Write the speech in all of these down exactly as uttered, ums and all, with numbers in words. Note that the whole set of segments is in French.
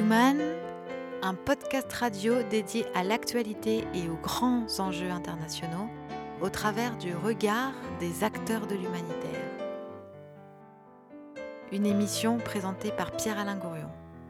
Human, un podcast radio dédié à l'actualité et aux grands enjeux internationaux au travers du regard des acteurs de l'humanitaire. Une émission présentée par Pierre-Alain Gourion.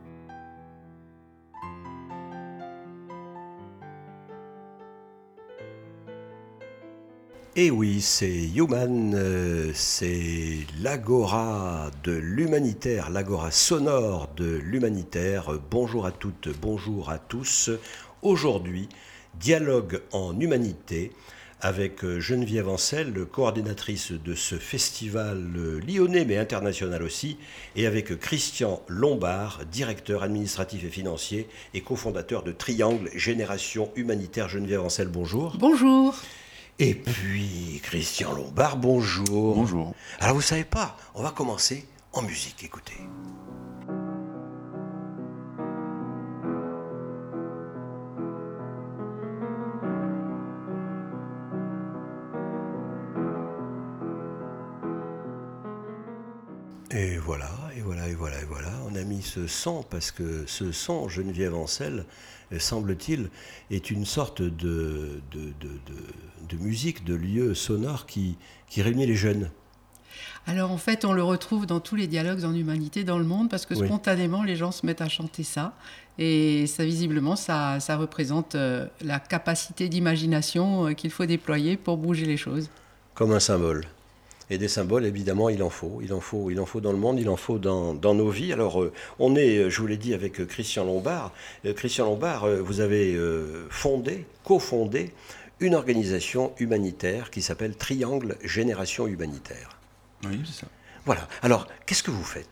Et oui, c'est Human, euh, c'est l'agora de l'humanitaire, l'agora sonore de l'humanitaire. Bonjour à toutes, bonjour à tous. Aujourd'hui, dialogue en humanité avec Geneviève Ancel, coordinatrice de ce festival lyonnais mais international aussi, et avec Christian Lombard, directeur administratif et financier et cofondateur de Triangle Génération Humanitaire. Geneviève Ancel, bonjour. Bonjour. Et puis, Christian Lombard, bonjour. Bonjour. Alors, vous savez pas, on va commencer en musique, écoutez. Et voilà, et voilà, et voilà, et voilà. On a mis ce son parce que ce son, Geneviève Ancel, semble-t-il, est une sorte de, de, de, de, de musique, de lieu sonore qui, qui réunit les jeunes. Alors en fait, on le retrouve dans tous les dialogues en humanité dans le monde parce que Oui. spontanément, les gens se mettent à chanter ça. Et ça, visiblement, ça, ça représente euh, la capacité d'imagination euh, qu'il faut déployer pour bouger les choses. Comme un symbole. Et des symboles, évidemment, il en faut. Il en faut, il en faut dans le monde, il en faut dans, dans nos vies. Alors, euh, on est, je vous l'ai dit, avec Christian Lombard. Euh, Christian Lombard, euh, vous avez euh, fondé, cofondé une organisation humanitaire qui s'appelle Triangle Génération Humanitaire. Oui, c'est ça. Voilà. Alors, qu'est-ce que vous faites ?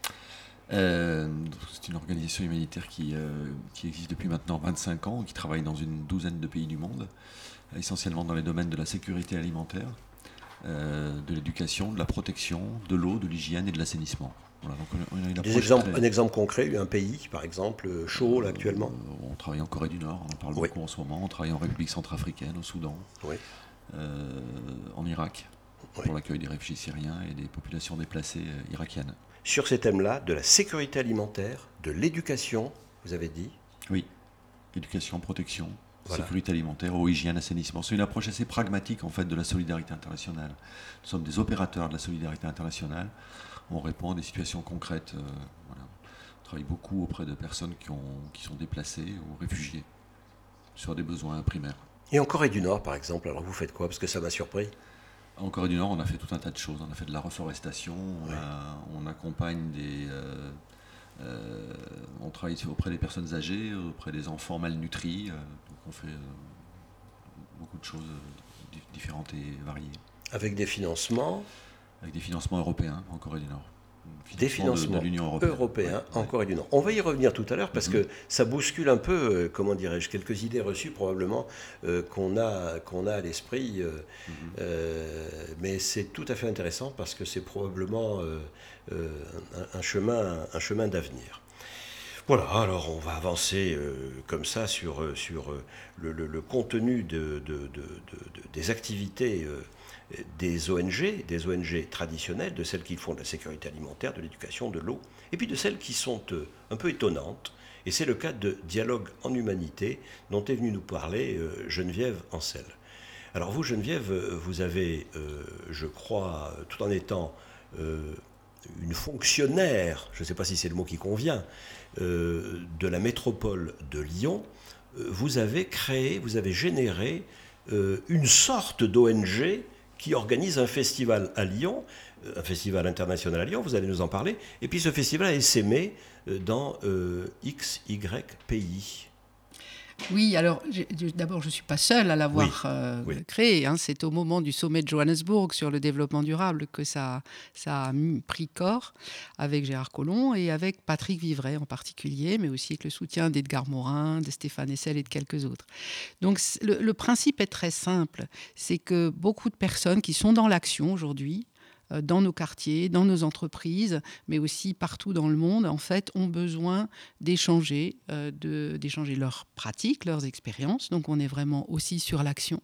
Euh, c'est une organisation humanitaire qui, euh, qui existe depuis maintenant vingt-cinq ans, qui travaille dans une douzaine de pays du monde, essentiellement dans les domaines de la sécurité alimentaire, euh, de l'éducation, de la protection, de l'eau, de l'hygiène et de l'assainissement. Voilà, donc on a une Des approche exemples, très- Un exemple concret, un pays, par exemple, chaud, là, actuellement ? Euh, on travaille en Corée du Nord, on en parle Oui. beaucoup en ce moment, on travaille en République centrafricaine, au Soudan, Oui. euh, en Irak, Oui. pour l'accueil des réfugiés syriens et des populations déplacées euh, irakiennes. Sur ces thèmes-là, de la sécurité alimentaire, de l'éducation, vous avez dit ? Oui, éducation, protection, Voilà. sécurité alimentaire, eau, hygiène, assainissement. C'est une approche assez pragmatique en fait de la solidarité internationale. Nous sommes des opérateurs de la solidarité internationale. On répond à des situations concrètes. euh, voilà. On travaille beaucoup auprès de personnes qui, ont, qui sont déplacées ou réfugiées sur des besoins primaires. Et en Corée du Nord, par exemple, alors vous faites quoi ? Parce que ça m'a surpris. En Corée du Nord, on a fait tout un tas de choses. On a fait de la reforestation, on, Ouais. a- on accompagne des... euh, euh, on travaille auprès des personnes âgées, auprès des enfants malnutris. euh, donc on fait euh, beaucoup de choses euh, di- différentes et variées. Avec des financements Avec des financements européens en Corée du Nord. Des Financements de- financements de, l'Union européenne. européens Ouais, en ouais. Corée du Nord. On va y revenir tout à l'heure parce Mhm. que ça bouscule un peu, euh, comment dirais-je, quelques idées reçues probablement euh, qu'on a, qu'on a à l'esprit. euh, Mhm. euh, mais c'est tout à fait intéressant parce que c'est probablement euh, euh, un, un chemin, un chemin d'avenir. Voilà, alors on va avancer euh, comme ça sur, euh, sur euh, le, le- le contenu de, de- de- de- de- des activités euh, des O N G, des O N G traditionnelles, de celles qui font de la sécurité alimentaire, de l'éducation, de l'eau, et puis de celles qui sont euh, un peu étonnantes. Et c'est le cas de Dialogue en humanité dont est venue nous parler euh, Geneviève Ancel. Alors vous, Geneviève, euh, vous avez, euh, je crois, tout en étant euh, une fonctionnaire, je ne sais pas si c'est le mot qui convient, euh, de la métropole de Lyon, euh, vous avez créé, vous avez généré euh, une sorte d'O N G qui organise un festival à Lyon, euh, un festival international à Lyon, vous allez nous en parler, et puis ce festival a essaimé euh, dans euh, X Y pays. Oui, alors j'ai- j'ai- d'abord, je ne suis pas seule à l'avoir Oui, euh, oui. créé. Hein. C'est au moment du sommet de Johannesburg sur le développement durable que ça, ça a mis- pris corps avec Gérard Collomb et avec Patrick Vivray en particulier, mais aussi avec le soutien d'Edgar Morin, de Stéphane Hessel et de quelques autres. Donc c- le, le principe est très simple. C'est que beaucoup de personnes qui sont dans l'action aujourd'hui euh, dans nos quartiers, dans nos entreprises, mais aussi partout dans le monde, en fait, ont besoin d'échanger, euh, de, d'échanger leurs pratiques, leurs expériences. Donc, on est vraiment aussi sur l'action.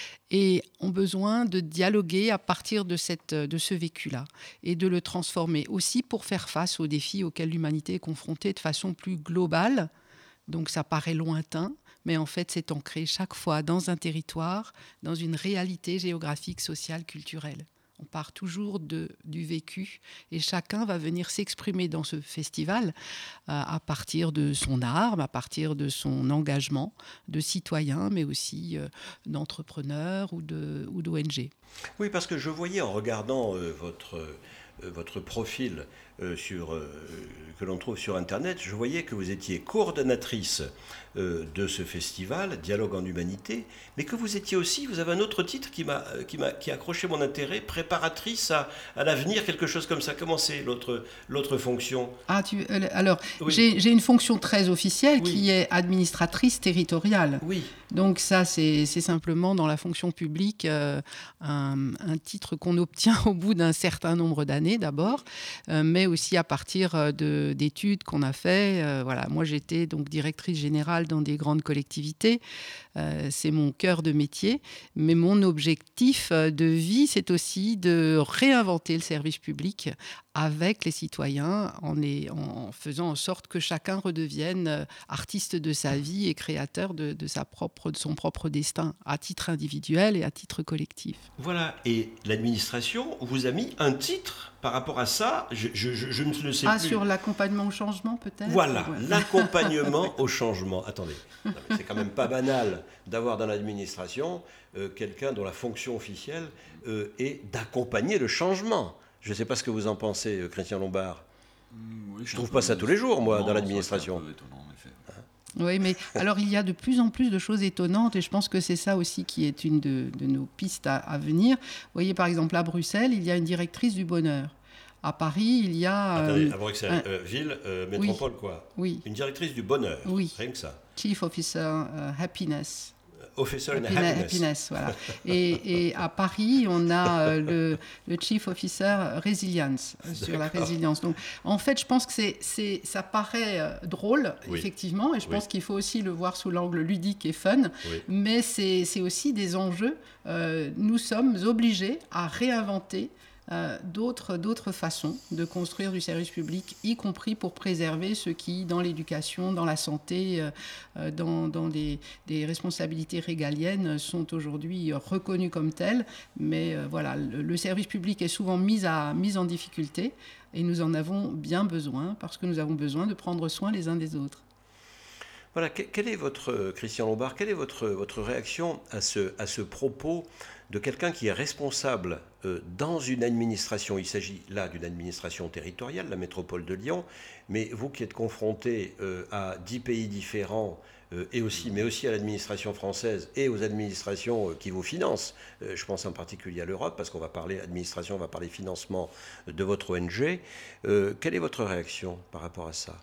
Et ont besoin de dialoguer à partir de, cette, de ce vécu-là et de le transformer aussi pour faire face aux défis auxquels l'humanité est confrontée de façon plus globale. Donc ça paraît lointain, mais en fait c'est ancré chaque fois dans un territoire, dans une réalité géographique, sociale, culturelle. On part toujours de, du vécu et chacun va venir s'exprimer dans ce festival euh, à partir de son art, à partir de son engagement de citoyen, mais aussi euh, d'entrepreneur ou, de, ou d'O N G. Oui, parce que je voyais en regardant euh, votre, euh, votre profil euh, sur, euh, que l'on trouve sur Internet, je voyais que vous étiez coordonnatrice euh, de ce festival, Dialogue en Humanité, mais que vous étiez aussi, vous avez un autre titre qui m'a, qui m'a qui a accroché mon intérêt, préparatrice à, à l'avenir, quelque chose comme ça. Comment c'est l'autre, l'autre fonction ? Ah, tu, euh, alors, oui. j'ai, j'ai une fonction très officielle oui. qui est administratrice territoriale. Oui. Donc ça, c'est, c'est simplement dans la fonction publique euh, un, un titre qu'on obtient au bout d'un certain nombre d'années d'abord, euh, mais aussi à partir de, d'études qu'on a fait. Euh, voilà, moi, j'étais donc directrice générale dans des grandes collectivités. Euh, c'est mon cœur de métier. Mais mon objectif de vie, c'est aussi de réinventer le service public avec les citoyens en, les, en faisant en sorte que chacun redevienne artiste de sa vie et créateur de, de, sa propre, de son propre destin, à titre individuel et à titre collectif. Voilà, et l'administration vous a mis un titre par rapport à ça, je, je, je, je ne le sais ah, plus. Ah, sur l'accompagnement au changement peut-être ? Voilà, ouais. l'accompagnement au changement. Attendez, non, mais c'est quand même pas banal d'avoir dans l'administration euh, quelqu'un dont la fonction officielle euh, est d'accompagner le changement. Je ne sais pas ce que vous en pensez, Christian Lombard. Oui, je ne trouve pas ça tous les jours, moi, non, dans l'administration. C'est un peu étonnant, en effet. Hein ? Oui, mais alors il y a de plus en plus de choses étonnantes et je pense que c'est ça aussi qui est une de, de nos pistes à, à venir. Vous voyez, par exemple, à Bruxelles, il y a une directrice du bonheur. À Paris, il y a... Attendez, euh, à Bruxelles, un... euh, ville, euh, métropole, oui. quoi. Oui. Une directrice du bonheur, oui. Rien que ça. Chief Officer uh, Happiness. Officer in Happiness, Happiness. happiness voilà. et, et à Paris, on a euh, le, le Chief Officer Resilience, euh, sur la résilience. Donc, en fait, je pense que c'est, c'est, ça paraît euh, drôle, oui. effectivement, et je oui. pense qu'il faut aussi le voir sous l'angle ludique et fun, oui. mais c'est, c'est aussi des enjeux. Euh, nous sommes obligés à réinventer Euh, d'autres, d'autres façons de construire du service public, y compris pour préserver ceux qui, dans l'éducation, dans la santé, euh, dans, dans des, des responsabilités régaliennes, sont aujourd'hui reconnus comme tels. Mais euh, voilà, le, le service public est souvent mis, à, mis en difficulté et nous en avons bien besoin parce que nous avons besoin de prendre soin les uns des autres. Voilà, quelle est votre, Christian Lombard, quelle est votre, votre réaction à ce, à ce propos de quelqu'un qui est responsable euh, dans une administration, il s'agit là d'une administration territoriale, la métropole de Lyon, mais vous qui êtes confronté euh, à dix pays différents, euh, et aussi, mais aussi à l'administration française et aux administrations euh, qui vous financent, euh, je pense en particulier à l'Europe, parce qu'on va parler administration, on va parler financement de votre O N G, euh, quelle est votre réaction par rapport à ça ?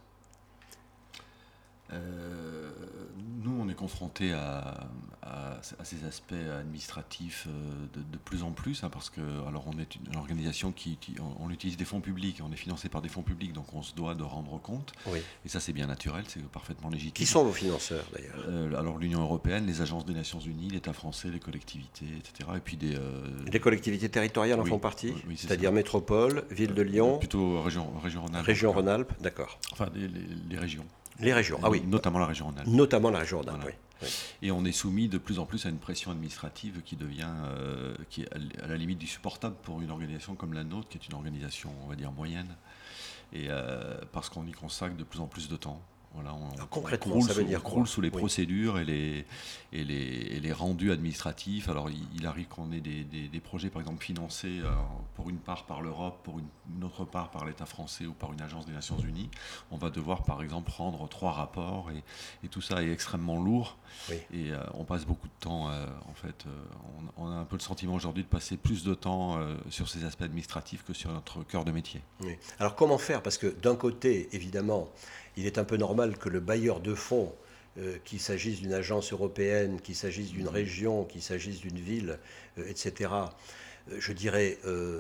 Euh, nous, on est confrontés à, à, à ces aspects administratifs de, de plus en plus, hein, parce que alors on est une organisation qui, qui on, on utilise des fonds publics, on est financé par des fonds publics, donc on se doit de rendre compte. Oui. Et ça, c'est bien naturel, c'est parfaitement légitime. Qui sont vos financeurs d'ailleurs ? euh, Alors l'Union européenne, les agences des Nations Unies, l'État français, les collectivités, et cetera. Et puis des. Euh... Les collectivités territoriales en oui, font partie, oui, c'est c'est-à-dire ça. Métropole, ville de Lyon. Euh, plutôt région, région Rhône-Alpes. Région Rhône-Alpes, d'accord. Enfin, les, les, les régions. Les régions, ah oui. Notamment la région Rhône-Alpes. Notamment la région Rhône-Alpes, voilà. oui, oui. Et on est soumis de plus en plus à une pression administrative qui devient, euh, qui est à la limite du supportable pour une organisation comme la nôtre, qui est une organisation, on va dire, moyenne, et euh, parce qu'on y consacre de plus en plus de temps. Voilà, on, Alors, concrètement, on ça veut sous, dire on quoi croule sous les oui. procédures et les, et, les, et les rendus administratifs. Alors, il, il arrive qu'on ait des, des, des projets, par exemple, financés euh, pour une part par l'Europe, pour une, une autre part par l'État français ou par une agence des Nations Unies. On va devoir, par exemple, rendre trois rapports et, et tout ça est extrêmement lourd. Oui. Et euh, on passe beaucoup de temps, euh, en fait, euh, on, on a un peu le sentiment aujourd'hui de passer plus de temps euh, sur ces aspects administratifs que sur notre cœur de métier. Oui. Alors, comment faire ? Parce que d'un côté, évidemment, il est un peu normal que le bailleur de fonds, euh, qu'il s'agisse d'une agence européenne, qu'il s'agisse d'une région, qu'il s'agisse d'une ville, euh, et cetera, euh, je dirais, euh,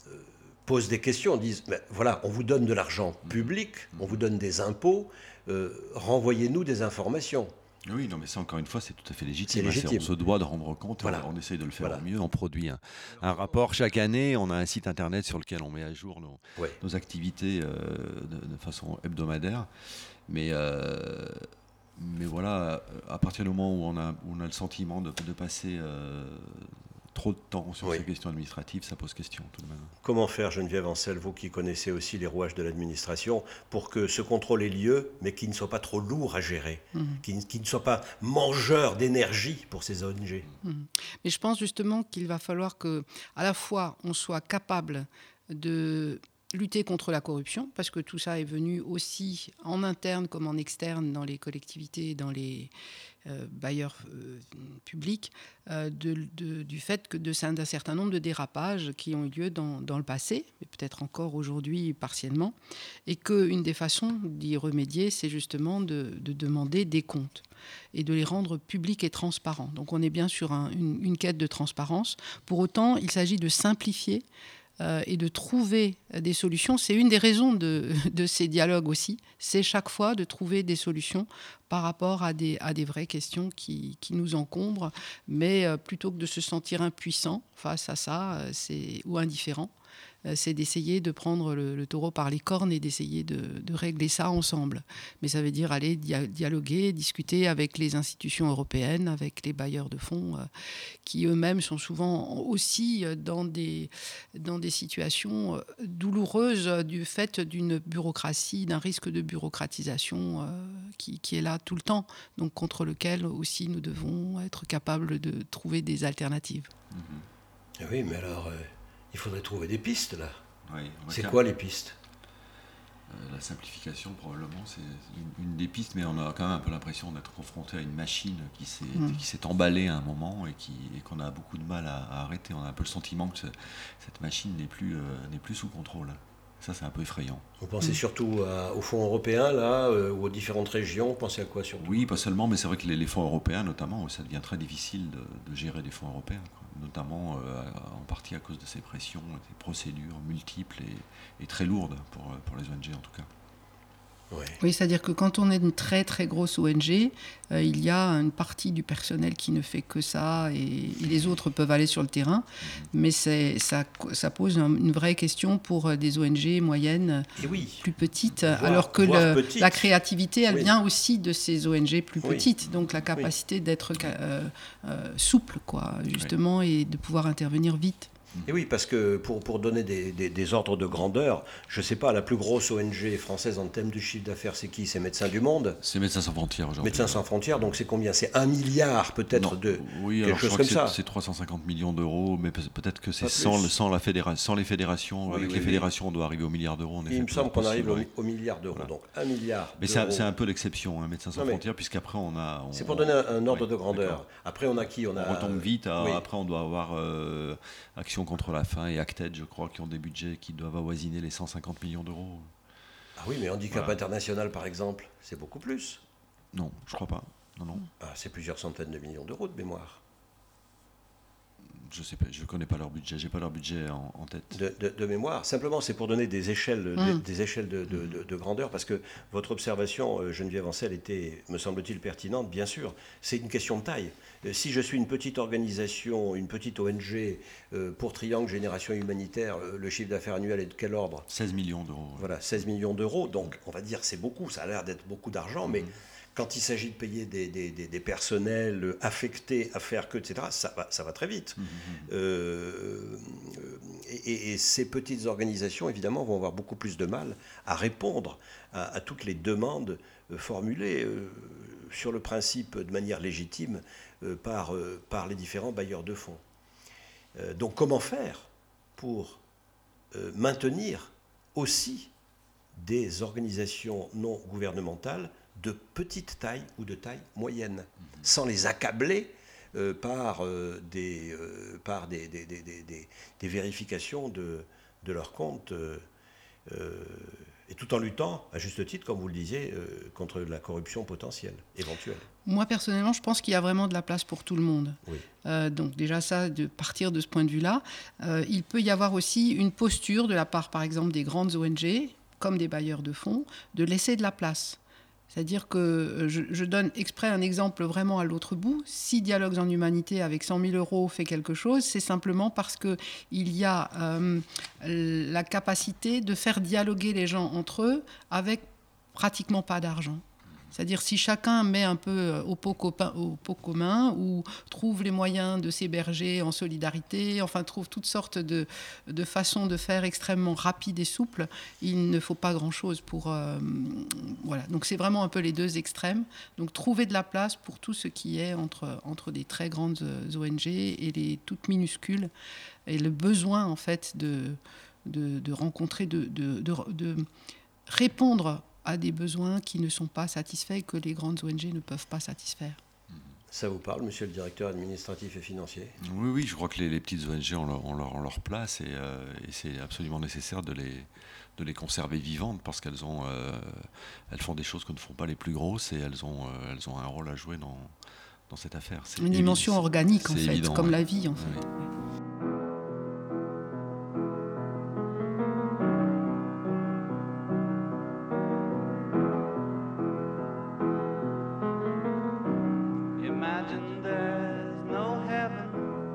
posent des questions, disent, ben, voilà, on vous donne de l'argent public, on vous donne des impôts, euh, renvoyez-nous des informations. Oui, non, mais ça, encore une fois, c'est tout à fait légitime. C'est légitime. On se doit de rendre compte, voilà. on, on essaye de le faire voilà. au mieux, on produit un, un rapport chaque année, on a un site internet sur lequel on met à jour nos, ouais. nos activités euh, de, de façon hebdomadaire. Mais, euh, mais voilà, à partir du moment où on a, où on a le sentiment de, de passer euh, trop de temps sur oui. ces questions administratives, ça pose question tout de même. Comment faire, Geneviève Ancel, vous qui connaissez aussi les rouages de l'administration, pour que ce contrôle ait lieu, mais qu'il ne soit pas trop lourd à gérer, mmh. qu'il, qu'il ne soit pas mangeur d'énergie pour ces O N G. Mmh. Mais je pense justement qu'il va falloir que, à la fois, on soit capable de lutter contre la corruption, parce que tout ça est venu aussi en interne comme en externe dans les collectivités, dans les euh, bailleurs euh, publics, euh, de, de, du fait que de, d'un certain nombre de dérapages qui ont eu lieu dans, dans le passé, et peut-être encore aujourd'hui partiellement, et qu'une des façons d'y remédier, c'est justement de, de demander des comptes et de les rendre publics et transparents. Donc on est bien sur un, une, une quête de transparence. Pour autant, il s'agit de simplifier Euh, et de trouver des solutions. C'est une des raisons de, de ces dialogues aussi. C'est chaque fois de trouver des solutions par rapport à des, à des vraies questions qui, qui nous encombrent. Mais euh, plutôt que de se sentir impuissant face à ça, euh, c'est, ou indifférent, euh, c'est d'essayer de prendre le, le taureau par les cornes et d'essayer de, de régler ça ensemble. Mais ça veut dire aller dia- dialoguer, discuter avec les institutions européennes, avec les bailleurs de fonds, euh, qui eux-mêmes sont souvent aussi dans des, dans des situations douloureuses du fait d'une bureaucratie, d'un risque de bureaucratisation euh, qui, qui est là tout le temps, donc contre lequel aussi nous devons être capables de trouver des alternatives. Mmh. Oui, mais alors, euh, il faudrait trouver des pistes, là. Oui, c'est quoi les pistes ? Euh, la simplification, probablement, c'est une, une des pistes, mais on a quand même un peu l'impression d'être confronté à une machine qui s'est, mmh. qui s'est emballée à un moment et, qui, et qu'on a beaucoup de mal à, à arrêter. On a un peu le sentiment que ce, cette machine n'est plus, euh, n'est plus sous contrôle. Ça, c'est un peu effrayant. Vous pensez mmh. surtout à, aux fonds européens, là, euh, ou aux différentes régions ? Vous pensez à quoi surtout ? Oui, pas seulement, mais c'est vrai que les, les fonds européens, notamment, ça devient très difficile de, de gérer les fonds européens, quoi. Notamment euh, en partie à cause de ces pressions, des procédures multiples et, et très lourdes pour, pour les O N G en tout cas. Oui. oui, c'est-à-dire que quand on est une très très grosse O N G, euh, il y a une partie du personnel qui ne fait que ça et, et les autres peuvent aller sur le terrain, mmh. mais c'est, ça, ça pose une vraie question pour des O N G moyennes, oui. plus petites, voire, alors que le, petite. la créativité, elle oui. vient aussi de ces O N G plus oui. petites, donc la capacité oui. d'être euh, euh, souple, quoi, justement, oui. et de pouvoir intervenir vite. Et oui, parce que pour, pour donner des, des, des ordres de grandeur, je ne sais pas, la plus grosse O N G française en termes de chiffre d'affaires, c'est qui ? C'est Médecins du Monde ? C'est Médecins sans frontières aujourd'hui. Médecins sans frontières, donc c'est combien ? C'est un milliard peut-être non, de oui, quelque alors chose je crois comme que ça. C'est, c'est trois cent cinquante millions d'euros, mais peut-être que c'est sans, le, sans, la fédéra- sans les fédérations. Oui, avec oui, les oui. fédérations, on doit arriver au milliard d'euros. En effet, Il me semble qu'on possible, arrive oui. au, au milliard d'euros, voilà. Donc un milliard mais d'euros. C'est, c'est un peu l'exception, hein, Médecins sans non, frontières, puisqu'après on a... On, c'est pour donner un, un ordre oui, de grandeur. D'accord. Après on a qui ? On, on a, retombe vite, à, oui. après on doit avoir euh, Action contre la faim et Acted, je crois, qui ont des budgets qui doivent avoisiner les cent cinquante millions d'euros. Ah oui, mais handicap voilà. international, par exemple, c'est beaucoup plus. Non, je crois pas. Non, non. Ah, c'est plusieurs centaines de millions d'euros de mémoire. Je sais pas, je connais pas leur budget, j'ai pas leur budget en, en tête. De, de, de mémoire. Simplement, c'est pour donner des échelles, mmh. des, des échelles de, de, de, de grandeur, parce que votre observation, Geneviève Ancel, était, me semble-t-il, pertinente. Bien sûr, c'est une question de taille. Si je suis une petite organisation, une petite O N G euh, pour Triangle Génération Humanitaire, euh, le chiffre d'affaires annuel est de quel ordre ? seize millions d'euros. Voilà, seize millions d'euros. Donc, on va dire c'est beaucoup. Ça a l'air d'être beaucoup d'argent, mmh. mais quand il s'agit de payer des, des, des, des personnels affectés à faire que, et cetera, ça va, ça va très vite. Mmh. Euh, et, et ces petites organisations, évidemment, vont avoir beaucoup plus de mal à répondre à, à toutes les demandes euh, formulées euh, sur le principe de manière légitime euh, par, euh, par les différents bailleurs de fonds. Euh, donc, comment faire pour euh, maintenir aussi des organisations non gouvernementales de petite taille ou de taille moyenne, mmh. sans les accabler euh, par, euh, des, euh, par des, des, des, des, des, des vérifications de, de leurs comptes euh, euh, et tout en luttant, à juste titre, comme vous le disiez, euh, contre la corruption potentielle, éventuelle. Moi, personnellement, je pense qu'il y a vraiment de la place pour tout le monde. Oui. Euh, donc déjà ça, de partir de ce point de vue-là. Euh, il peut y avoir aussi une posture de la part, par exemple, des grandes O N G, comme des bailleurs de fonds, de laisser de la place. C'est-à-dire que je, je donne exprès un exemple vraiment à l'autre bout. Si Dialogues en Humanité, avec cent mille euros, fait quelque chose, c'est simplement parce qu'il y a euh, la capacité de faire dialoguer les gens entre eux avec pratiquement pas d'argent. C'est-à-dire si chacun met un peu au pot, copain, au pot commun ou trouve les moyens de s'héberger en solidarité, enfin trouve toutes sortes de, de façons de faire extrêmement rapides et souples, il ne faut pas grand-chose pour... Euh, voilà. Donc c'est vraiment un peu les deux extrêmes. Donc trouver de la place pour tout ce qui est entre, entre des très grandes O N G et les toutes minuscules, et le besoin en fait de, de, de rencontrer, de, de, de, de répondre à des besoins qui ne sont pas satisfaits et que les grandes O N G ne peuvent pas satisfaire. Ça vous parle, monsieur le directeur administratif et financier ? Oui, oui, je crois que les, les petites O N G ont leur, ont leur, ont leur place et, euh, et c'est absolument nécessaire de les, de les conserver vivantes parce qu'elles ont, euh, elles font des choses que ne font pas les plus grosses et elles ont, euh, elles ont un rôle à jouer dans, dans cette affaire. C'est Une dimension évident, organique, en fait, évident, comme ouais. la vie, en fait. Oui. Imagine there's no heaven.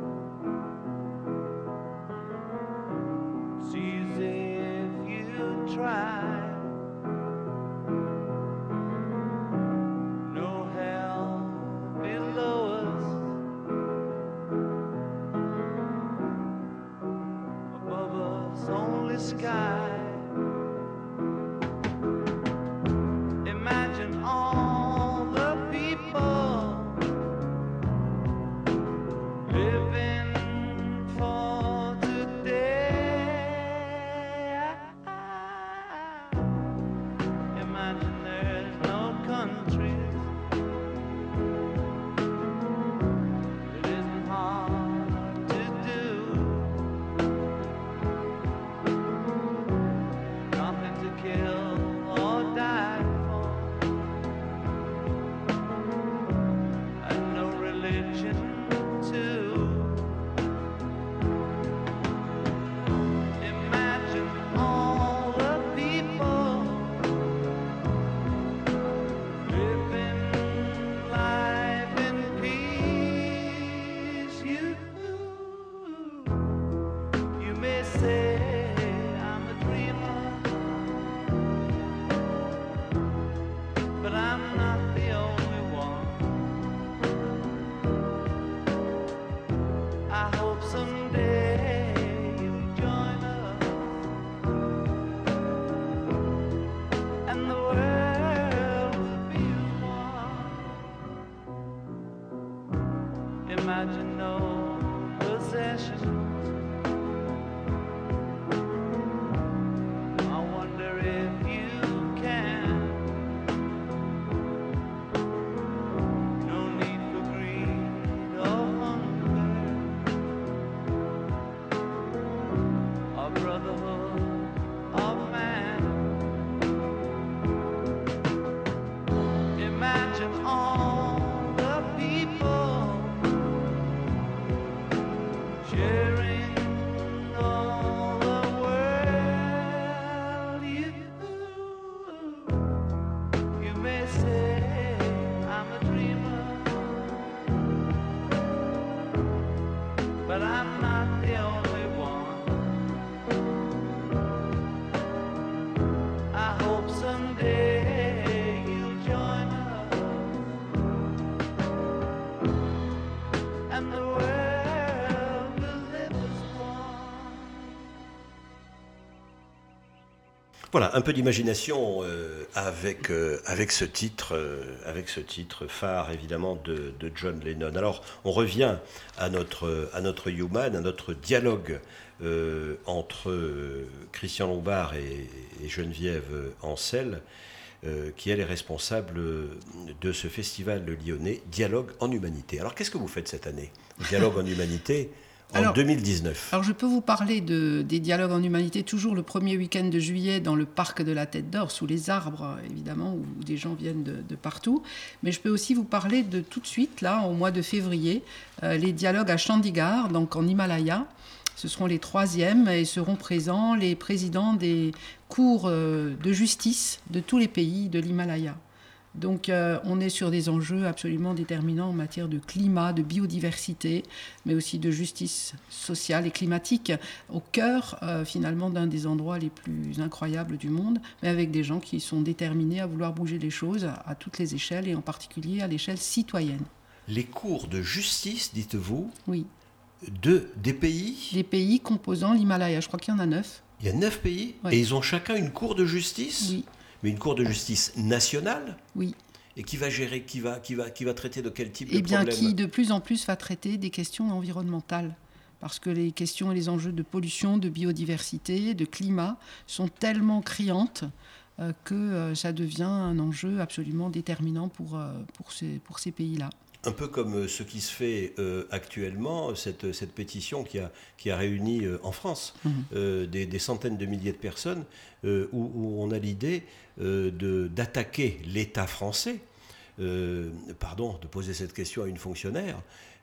See as if you try. No hell below us. Above us only sky. Imagine all the people living for today. Imagine there's no countries. It isn't hard to do. Nothing to kill or die for. And no religion too. Imagine all the people living life in peace. You, you may say I'm a dreamer, but I'm not the only one. I hope someday you'll join us and the world will be as one. Imagine no possessions. I wonder if you can. No need for greed or hunger, or brotherhood of man. Imagine all the people sharing all the world. You, you may say I'm a dreamer, but I'm not the only one. I hope someday you'll join us and the world will live as one. Voilà, un peu d'imagination euh, avec, euh, avec, ce titre, euh, avec ce titre phare, évidemment, de, de John Lennon. Alors, on revient à notre, à notre Human, à notre dialogue euh, entre euh, Christian Lombard et, et Geneviève Ancel, euh, qui elle est responsable de ce festival lyonnais, Dialogue en Humanité. Alors, qu'est-ce que vous faites cette année ? Dialogue en Humanité, en alors, deux mille dix-neuf. Alors je peux vous parler de, des dialogues en humanité, toujours le premier week-end de juillet dans le parc de la Tête d'Or, sous les arbres évidemment, où, où des gens viennent de, de partout. Mais je peux aussi vous parler de tout de suite, là, au mois de février, euh, les dialogues à Chandigarh, donc en Himalaya. Ce seront les troisièmes et seront présents les présidents des cours euh, de justice de tous les pays de l'Himalaya. Donc euh, on est sur des enjeux absolument déterminants en matière de climat, de biodiversité, mais aussi de justice sociale et climatique, au cœur euh, finalement d'un des endroits les plus incroyables du monde, mais avec des gens qui sont déterminés à vouloir bouger les choses à, à toutes les échelles et en particulier à l'échelle citoyenne. Les cours de justice, dites-vous, Oui. de, des pays. Les pays composant l'Himalaya, je crois qu'il y en a neuf. Il y a neuf pays Oui. et ils ont chacun une cour de justice. Oui. Mais une cour de justice nationale. Oui. Et qui va gérer, qui va, qui va, qui va traiter de quel type Eh de bien, problème? qui de plus en plus va traiter des questions environnementales. Parce que les questions et les enjeux de pollution, de biodiversité, de climat sont tellement criantes euh, que euh, ça devient un enjeu absolument déterminant pour, euh, pour ces, pour ces pays-là. Un peu comme ce qui se fait euh, actuellement, cette, cette pétition qui a, qui a réuni euh, en France mmh. euh, des, des centaines de milliers de personnes, euh, où, où on a l'idée euh, de, d'attaquer l'État français, euh, pardon, de poser cette question à une fonctionnaire,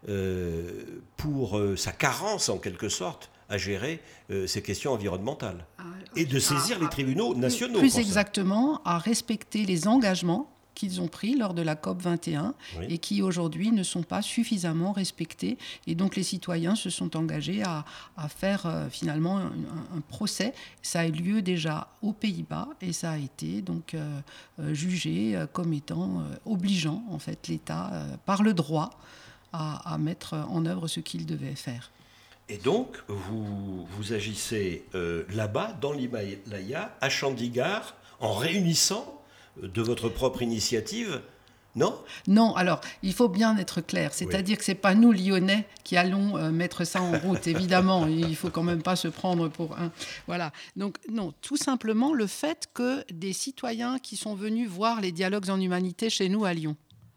euh, pour euh, sa carence en quelque sorte à gérer euh, ces questions environnementales. Ah, et de saisir ah, les tribunaux nationaux. Plus exactement, à respecter les engagements qu'ils ont pris lors de la COP vingt et un oui. et qui aujourd'hui ne sont pas suffisamment respectés. Et donc les citoyens se sont engagés à, à faire euh, finalement un, un, un procès. Ça a eu lieu déjà aux Pays-Bas et ça a été donc euh, euh, jugé euh, comme étant euh, obligeant en fait l'État euh, par le droit à, à mettre en œuvre ce qu'il devait faire. Et donc vous, vous agissez euh, là-bas dans l'Himalaya, à Chandigarh, en réunissant de votre propre initiative, non ? Non, alors, il faut bien être clair. C'est-à-dire oui. que ce n'est pas nous, Lyonnais, qui allons euh, mettre ça en route, évidemment. Il ne faut quand même pas se prendre pour un... Voilà. Donc, non, tout simplement le fait que des citoyens qui sont venus voir les dialogues en humanité chez nous à Lyon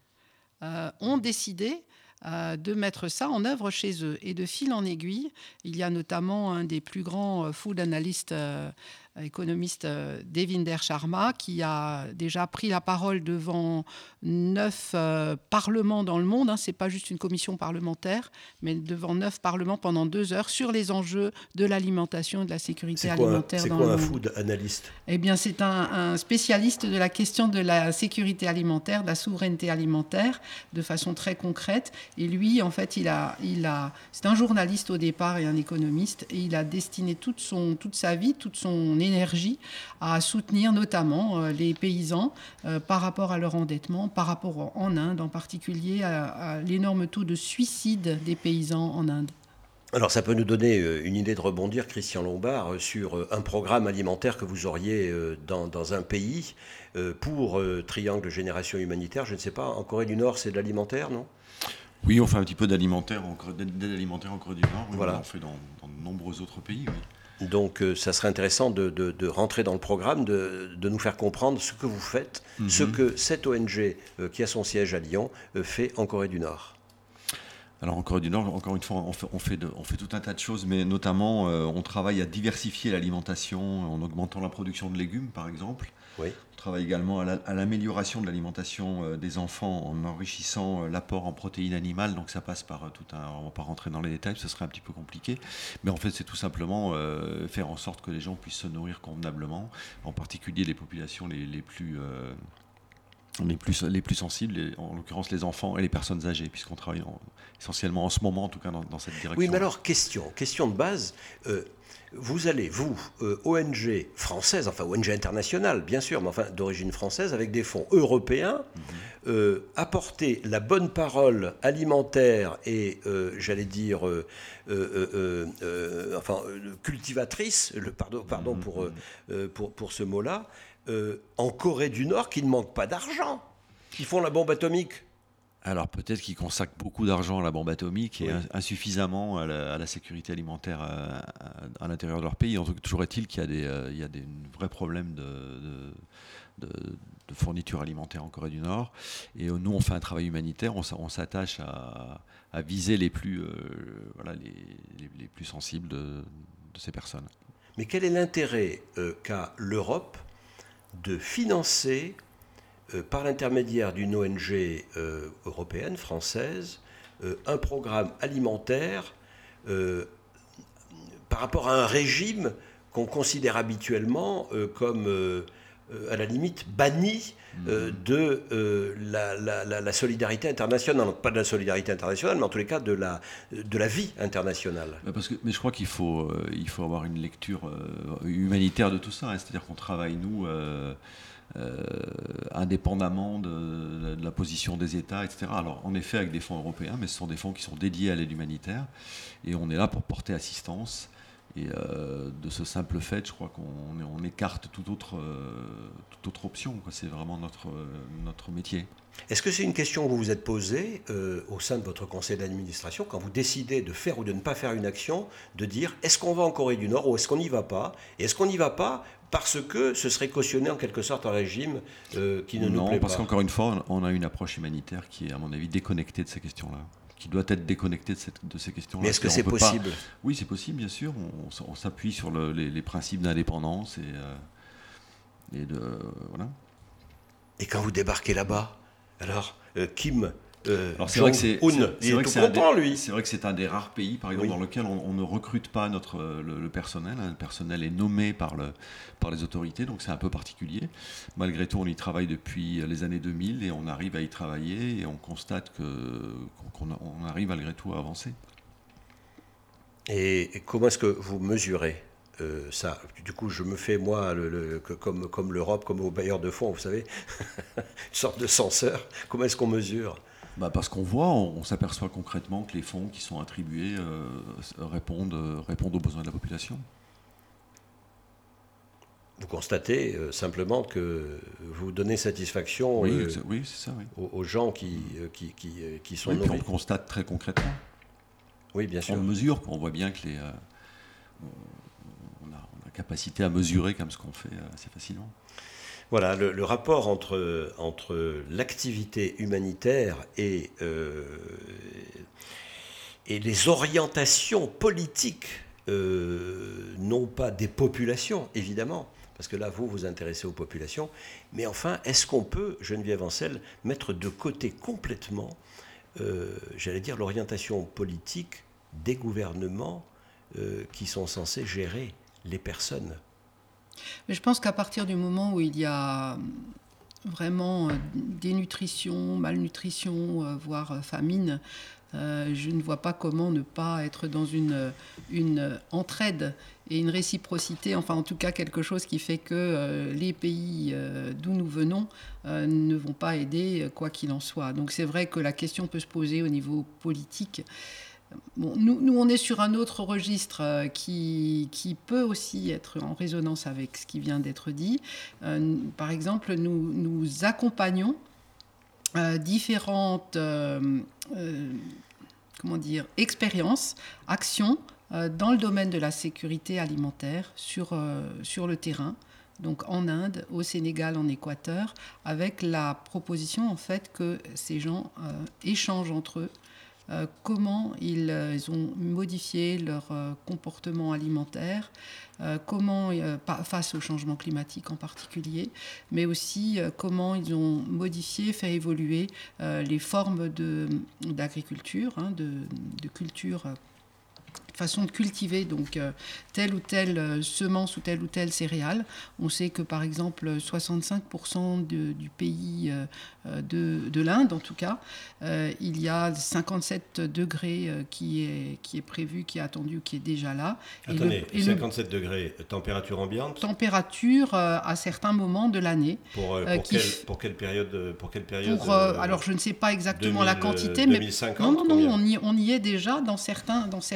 euh, ont décidé euh, de mettre ça en œuvre chez eux. Et de fil en aiguille, il y a notamment un des plus grands euh, food analystes euh, économiste Devinder Sharma, qui a déjà pris la parole devant neuf euh, parlements dans le monde. Hein, ce n'est pas juste une commission parlementaire, mais devant neuf parlements pendant deux heures sur les enjeux de l'alimentation et de la sécurité c'est quoi, alimentaire c'est dans quoi le monde. C'est quoi un food analyste ? Eh bien, c'est un, un spécialiste de la question de la sécurité alimentaire, de la souveraineté alimentaire, de façon très concrète. Et lui, en fait, il a, il a, c'est un journaliste au départ et un économiste, et il a destiné toute, son, toute sa vie, toute son énergie à soutenir notamment euh, les paysans euh, par rapport à leur endettement, par rapport en Inde en particulier à, à l'énorme taux de suicide des paysans en Inde. Alors ça peut nous donner une idée de rebondir, Christian Lombard, sur un programme alimentaire que vous auriez dans, dans un pays pour Triangle Génération Humanitaire. Je ne sais pas, en Corée du Nord c'est de l'alimentaire, non ? Oui, on fait un petit peu d'alimentaire en, d'aide alimentaire en Corée du Nord, oui, voilà. On en fait dans, dans de nombreux autres pays, oui. Donc euh, ça serait intéressant de, de, de rentrer dans le programme, de, de nous faire comprendre ce que vous faites, mm-hmm. ce que cette O N G euh, qui a son siège à Lyon euh, fait en Corée du Nord. Alors en Corée du Nord, encore une fois, on fait, on fait, de, on fait tout un tas de choses, mais notamment euh, on travaille à diversifier l'alimentation en augmentant la production de légumes, par exemple. Oui. On travaille également à, la, à l'amélioration de l'alimentation euh, des enfants en enrichissant euh, l'apport en protéines animales. Donc ça passe par euh, tout un... On ne va pas rentrer dans les détails, ce serait un petit peu compliqué. Mais en fait, c'est tout simplement euh, faire en sorte que les gens puissent se nourrir convenablement, en particulier les populations les, les plus... Euh, Les plus, les plus sensibles, les, en l'occurrence les enfants et les personnes âgées, puisqu'on travaille en, essentiellement en ce moment, en tout cas dans, dans cette direction. Oui, mais alors, question, question de base, euh, vous allez, vous, euh, O N G française, enfin O N G internationale, bien sûr, mais enfin d'origine française, avec des fonds européens, mm-hmm. euh, apporter la bonne parole alimentaire et, euh, j'allais dire, euh, euh, euh, euh, enfin, cultivatrice, le, pardon, pardon mm-hmm. pour, euh, pour, pour ce mot-là, Euh, en Corée du Nord qui ne manquent pas d'argent, qui font la bombe atomique. Alors peut-être qu'ils consacrent beaucoup d'argent à la bombe atomique et oui. insuffisamment à la, à la sécurité alimentaire à, à, à l'intérieur de leur pays. En tout cas, toujours est-il qu'il y a des, euh, il y a des vrais problèmes de, de, de, de fourniture alimentaire en Corée du Nord. Et euh, nous, on fait un travail humanitaire, on, on s'attache à, à viser les plus, euh, voilà, les, les, les plus sensibles de, de ces personnes. Mais quel est l'intérêt euh, qu'a l'Europe de financer, euh, par l'intermédiaire d'une O N G euh, européenne, française, euh, un programme alimentaire euh, par rapport à un régime qu'on considère habituellement euh, comme, euh, à la limite, banni euh, de euh, la, la, la, la solidarité internationale. Pas de la solidarité internationale, mais en tous les cas de la, de la vie internationale. Parce que, mais je crois qu'il faut, euh, il faut avoir une lecture euh, humanitaire de tout ça. Hein. C'est-à-dire qu'on travaille, nous, euh, euh, indépendamment de, de la position des États, et cetera. Alors, en effet, avec des fonds européens, mais ce sont des fonds qui sont dédiés à l'aide humanitaire. Et on est là pour porter assistance. Et euh, de ce simple fait, je crois qu'on on écarte toute autre, euh, toute autre option. Quoi. C'est vraiment notre, euh, notre métier. Est-ce que c'est une question que vous vous êtes posée euh, au sein de votre conseil d'administration quand vous décidez de faire ou de ne pas faire une action, de dire est-ce qu'on va en Corée du Nord ou est-ce qu'on n'y va pas? Et est-ce qu'on n'y va pas parce que ce serait cautionner en quelque sorte un régime euh, qui ne non, nous plaît pas? Non, parce qu'encore une fois, on a une approche humanitaire qui est, à mon avis, déconnectée de ces questions-là. Qui doit être déconnecté de, cette, de ces questions-là. Mais est-ce que c'est possible? Pas... Oui, c'est possible, bien sûr. On, on s'appuie sur le, les, les principes d'indépendance et, euh, et de... Euh, voilà. Et quand vous débarquez là-bas, alors, euh, Kim euh, alors c'est vrai que c'est, Un, c'est, il c'est est vrai tout que content, des, lui. C'est vrai que c'est un des rares pays, par exemple, oui. dans lequel on, on ne recrute pas notre, le, le personnel. Hein. Le personnel est nommé par, le, par les autorités, donc c'est un peu particulier. Malgré tout, on y travaille depuis les années deux mille et on arrive à y travailler et on constate que, qu'on on arrive malgré tout à avancer. Et, et comment est-ce que vous mesurez euh, ça? Du coup, je me fais, moi, le, le, que, comme, comme l'Europe, comme aux bailleurs de fonds, vous savez, une sorte de censeur. Comment est-ce qu'on mesure? Bah parce qu'on voit, on, on s'aperçoit concrètement que les fonds qui sont attribués euh, répondent, euh, répondent aux besoins de la population. Vous constatez euh, simplement que vous donnez satisfaction oui, euh, c'est, oui, c'est ça, oui. aux, aux gens qui, euh, qui, qui, euh, qui sont oui, nommés. Puis on le constate très concrètement. Oui, bien sûr. On le mesure, on voit bien que les, euh, on, a, on a capacité à mesurer comme ce qu'on fait euh, assez facilement. Voilà, le, le rapport entre, entre l'activité humanitaire et, euh, et les orientations politiques, euh, non pas des populations, évidemment, parce que là, vous vous intéressez aux populations, mais enfin, est-ce qu'on peut, Geneviève Ancel, mettre de côté complètement, euh, j'allais dire, l'orientation politique des gouvernements euh, qui sont censés gérer les personnes? Mais je pense qu'à partir du moment où il y a vraiment dénutrition, malnutrition, voire famine, euh, je ne vois pas comment ne pas être dans une, une entraide et une réciprocité, enfin en tout cas quelque chose qui fait que euh, les pays euh, d'où nous venons euh, ne vont pas aider quoi qu'il en soit. Donc c'est vrai que la question peut se poser au niveau politique. Bon, nous, nous, on est sur un autre registre euh, qui, qui peut aussi être en résonance avec ce qui vient d'être dit. Euh, par exemple, nous, nous accompagnons euh, différentes euh, euh, comment dire, expériences, actions euh, dans le domaine de la sécurité alimentaire sur, euh, sur le terrain. Donc en Inde, au Sénégal, en Équateur, avec la proposition en fait que ces gens euh, échangent entre eux. Euh, comment ils, euh, ils ont modifié leur euh, comportement alimentaire, euh, comment, euh, face au changement climatique en particulier, mais aussi euh, comment ils ont modifié, fait évoluer euh, les formes de, d'agriculture, hein, de, de culture, euh, façon de cultiver donc euh, telle ou telle euh, semence ou telle ou telle céréale. On sait que par exemple soixante-cinq pour cent de, du pays euh, de, de l'Inde en tout cas, euh, il y a cinquante-sept degrés euh, qui, est, qui est prévu, qui est attendu, qui est déjà là. Attendez, et le, et cinquante-sept degrés, température ambiante? Température euh, à certains moments de l'année. Pour, euh, euh, pour, qui, quelle, pour quelle période, pour quelle période pour, euh, Alors je ne sais pas exactement deux mille, la quantité, deux mille cinquante, mais non, non, combien? on y, on y est déjà dans, certains, dans certaines régions.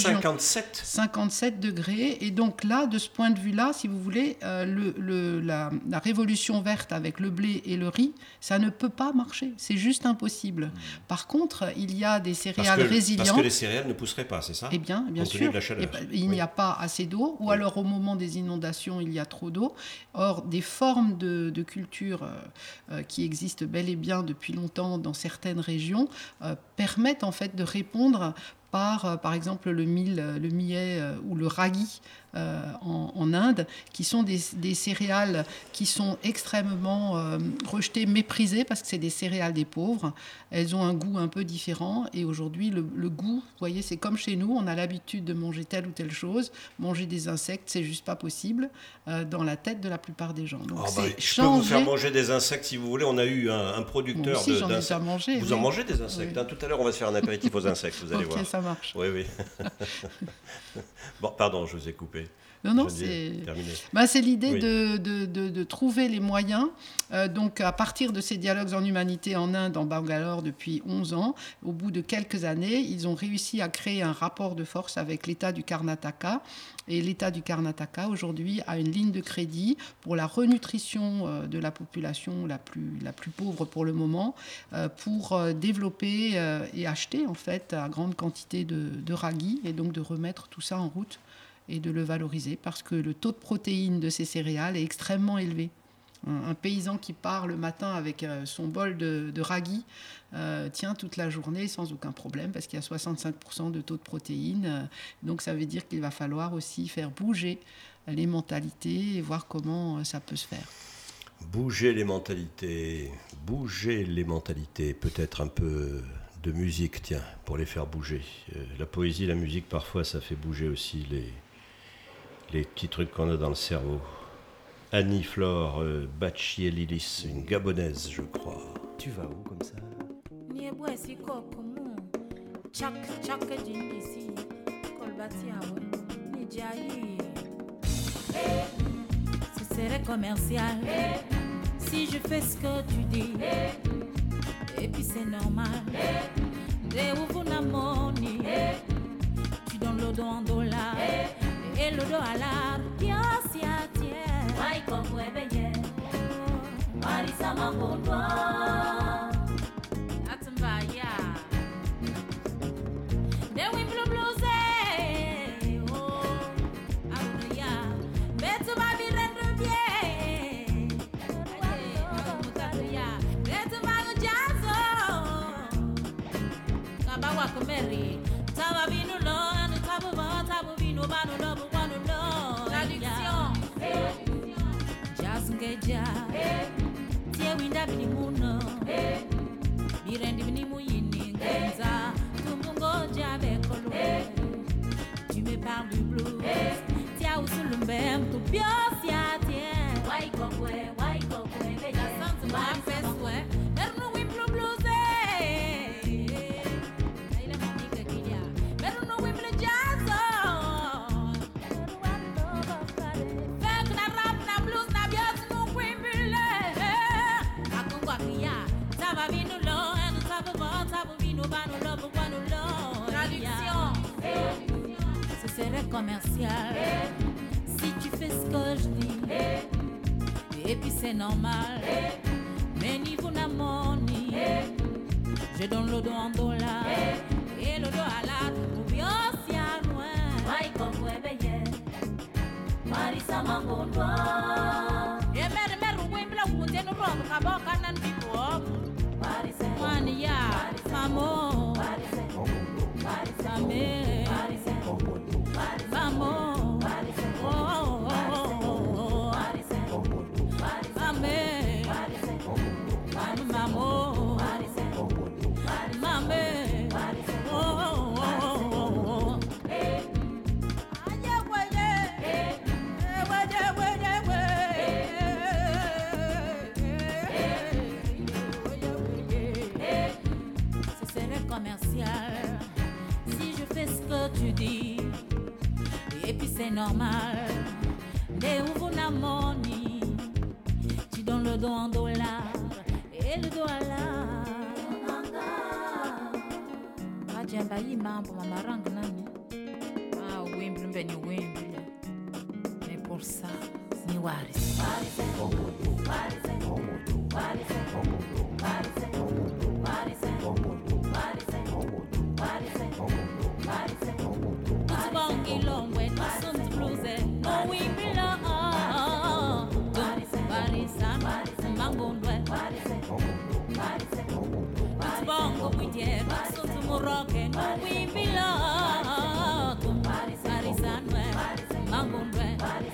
cinquante-sept cinquante-sept degrés. Et donc là, de ce point de vue-là, si vous voulez, euh, le, le, la, la révolution verte avec le blé et le riz, ça ne peut pas marcher. C'est juste impossible. Mmh. Par contre, il y a des céréales parce que, résilientes. Parce que les céréales ne pousseraient pas, c'est ça ? Eh bien, bien sûr. De la chaleur. Il oui. n'y a pas assez d'eau, ou oui. alors au moment des inondations, il y a trop d'eau. Or, des formes de, de culture euh, euh, qui existent bel et bien depuis longtemps dans certaines régions euh, permettent en fait de répondre par, euh, par exemple, le mil, le millet euh, ou le ragi euh, en, en Inde, qui sont des, des céréales qui sont extrêmement euh, rejetées, méprisées, parce que c'est des céréales des pauvres. Elles ont un goût un peu différent. Et aujourd'hui, le, le goût, vous voyez, c'est comme chez nous. On a l'habitude de manger telle ou telle chose. Manger des insectes, c'est juste pas possible euh, dans la tête de la plupart des gens. Donc, oh c'est bah, je changer... peux vous faire manger des insectes si vous voulez. On a eu un, un producteur Moi aussi, de, j'en ai déjà mangé. Vous oui. en mangez des insectes, oui. hein. Tout à l'heure, on va se faire un apéritif aux insectes, vous allez okay, voir. Ça marche. Oui, oui. Bon, pardon, je vous ai coupé. Non, non, c'est... Bah, c'est l'idée oui. de, de, de, de trouver les moyens. Euh, donc, à partir de ces dialogues en humanité en Inde, en Bangalore, depuis onze ans, au bout de quelques années, ils ont réussi à créer un rapport de force avec l'État du Karnataka. Et l'État du Karnataka, aujourd'hui, a une ligne de crédit pour la renutrition euh, de la population la plus, la plus pauvre pour le moment, euh, pour euh, développer euh, et acheter, en fait, à grande quantité de, de ragi, et donc de remettre tout ça en route et de le valoriser, parce que le taux de protéines de ces céréales est extrêmement élevé. Un, un paysan qui part le matin avec euh, son bol de, de ragi euh, tient toute la journée sans aucun problème, parce qu'il y a soixante-cinq pour cent de taux de protéines. Euh, donc ça veut dire qu'il va falloir aussi faire bouger les mentalités et voir comment euh, ça peut se faire. Bouger les mentalités, bouger les mentalités, peut-être un peu de musique, tiens, pour les faire bouger. Euh, la poésie, la musique, parfois, ça fait bouger aussi les... les petits trucs qu'on a dans le cerveau. Annie-Flore euh, Bachielilis, une gabonaise, je crois. Tu vas où comme ça ? Ce serait commercial si je fais ce que tu dis. Et puis c'est normal. De où vous n'amoni, tu donnes le dos en dollar. Et le dos à l'art, bien si à tiens. Maïko Kwebeye, Marisa Mangondwa, Atambaya, De Wimblo Blues, oh, Aouya, Betu Babi Rendre Bien, Mutaria, Betu Bago Jazo, Kabawa Kumeri, Tababinu Lo, Tabu Tabu Vino Banu Lo. Ngeja tie winda bini muno birendi bini muyini ngenza tumungoja bekolo tu me parles du blues tia usulumbem tu biosia tie wai kokwe wai kokwe beja santu ma peswe ernu wim blue blues eh aile manika kidia ernu wim le jazz. Ce serait commercial si tu fais ce que je dis. Et puis c'est normal. Mais niveau n'amoni, je donne le dos en dollar et le dos à l'art ou bien si à loin. Maïko Kwebeye, Marisa Mangondwa. Et mère mère Wimbla ou t'es nous robe kaboka nan bibo. Marisa Mania, Mamo, Marisa Mame, Mamo, oh oh oh, Mame, Mamo, Mame, oh oh oh. Commercial si je fais ce que tu dis et puis c'est normal de où vous n'amoni tu donnes le dos en dollar et le dos à la Raja bayi mambo mamarang nani wimbi mbenye wimbi. Mais pour ça, ni waris. Bongi longwe, no sunt bluze, no wimbi lo. Barisan, mangundwe. Bongo buidier, no sunt muroke, no wimbi lo. Barisan, mangundwe.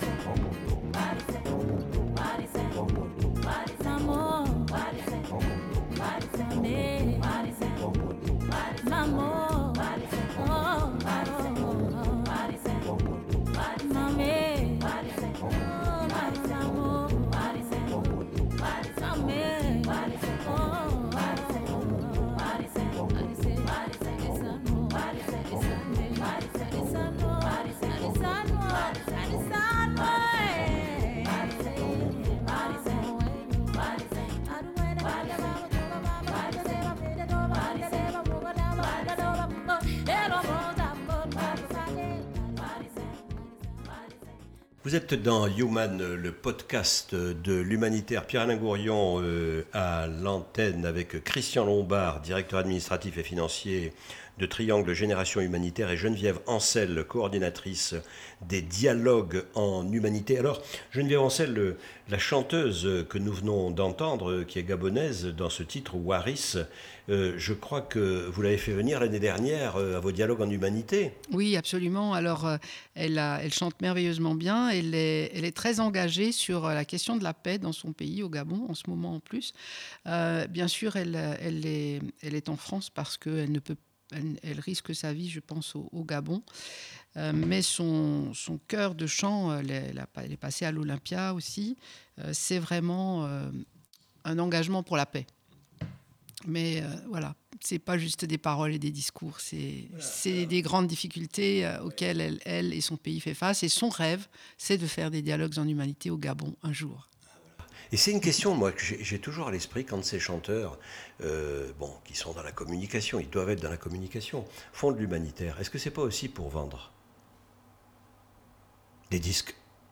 Mamo, mamo, mamo, Vous êtes dans Human, le podcast de l'humanitaire. Pierre-Alain Gourion euh, à l'antenne avec Christian Lombard, directeur administratif et financier de Triangle Génération Humanitaire, et Geneviève Ancel, coordinatrice des dialogues en humanité. Alors, Geneviève Ancel, la chanteuse que nous venons d'entendre, qui est gabonaise, dans ce titre Waris, euh, je crois que vous l'avez fait venir l'année dernière euh, à vos dialogues en humanité. Oui, absolument. Alors, euh, elle, a, elle chante merveilleusement bien. Elle est, elle est très engagée sur la question de la paix dans son pays, au Gabon, en ce moment en plus. Euh, bien sûr, elle, elle, est, elle est en France parce qu'elle ne peut pas. Elle, elle risque sa vie, je pense, au, au Gabon. Euh, mais son, son cœur de chant, elle est, elle est passée à l'Olympia aussi. Euh, c'est vraiment euh, un engagement pour la paix. Mais euh, voilà, c'est pas juste des paroles et des discours. C'est, voilà, c'est voilà. des grandes difficultés euh, auxquelles elle, elle et son pays fait face. Et son rêve, c'est de faire des dialogues en humanité au Gabon un jour. Et c'est une question, moi, que j'ai, j'ai toujours à l'esprit quand ces chanteurs, euh, bon, qui sont dans la communication, ils doivent être dans la communication, font de l'humanitaire. Est-ce que c'est pas aussi pour vendre des disques?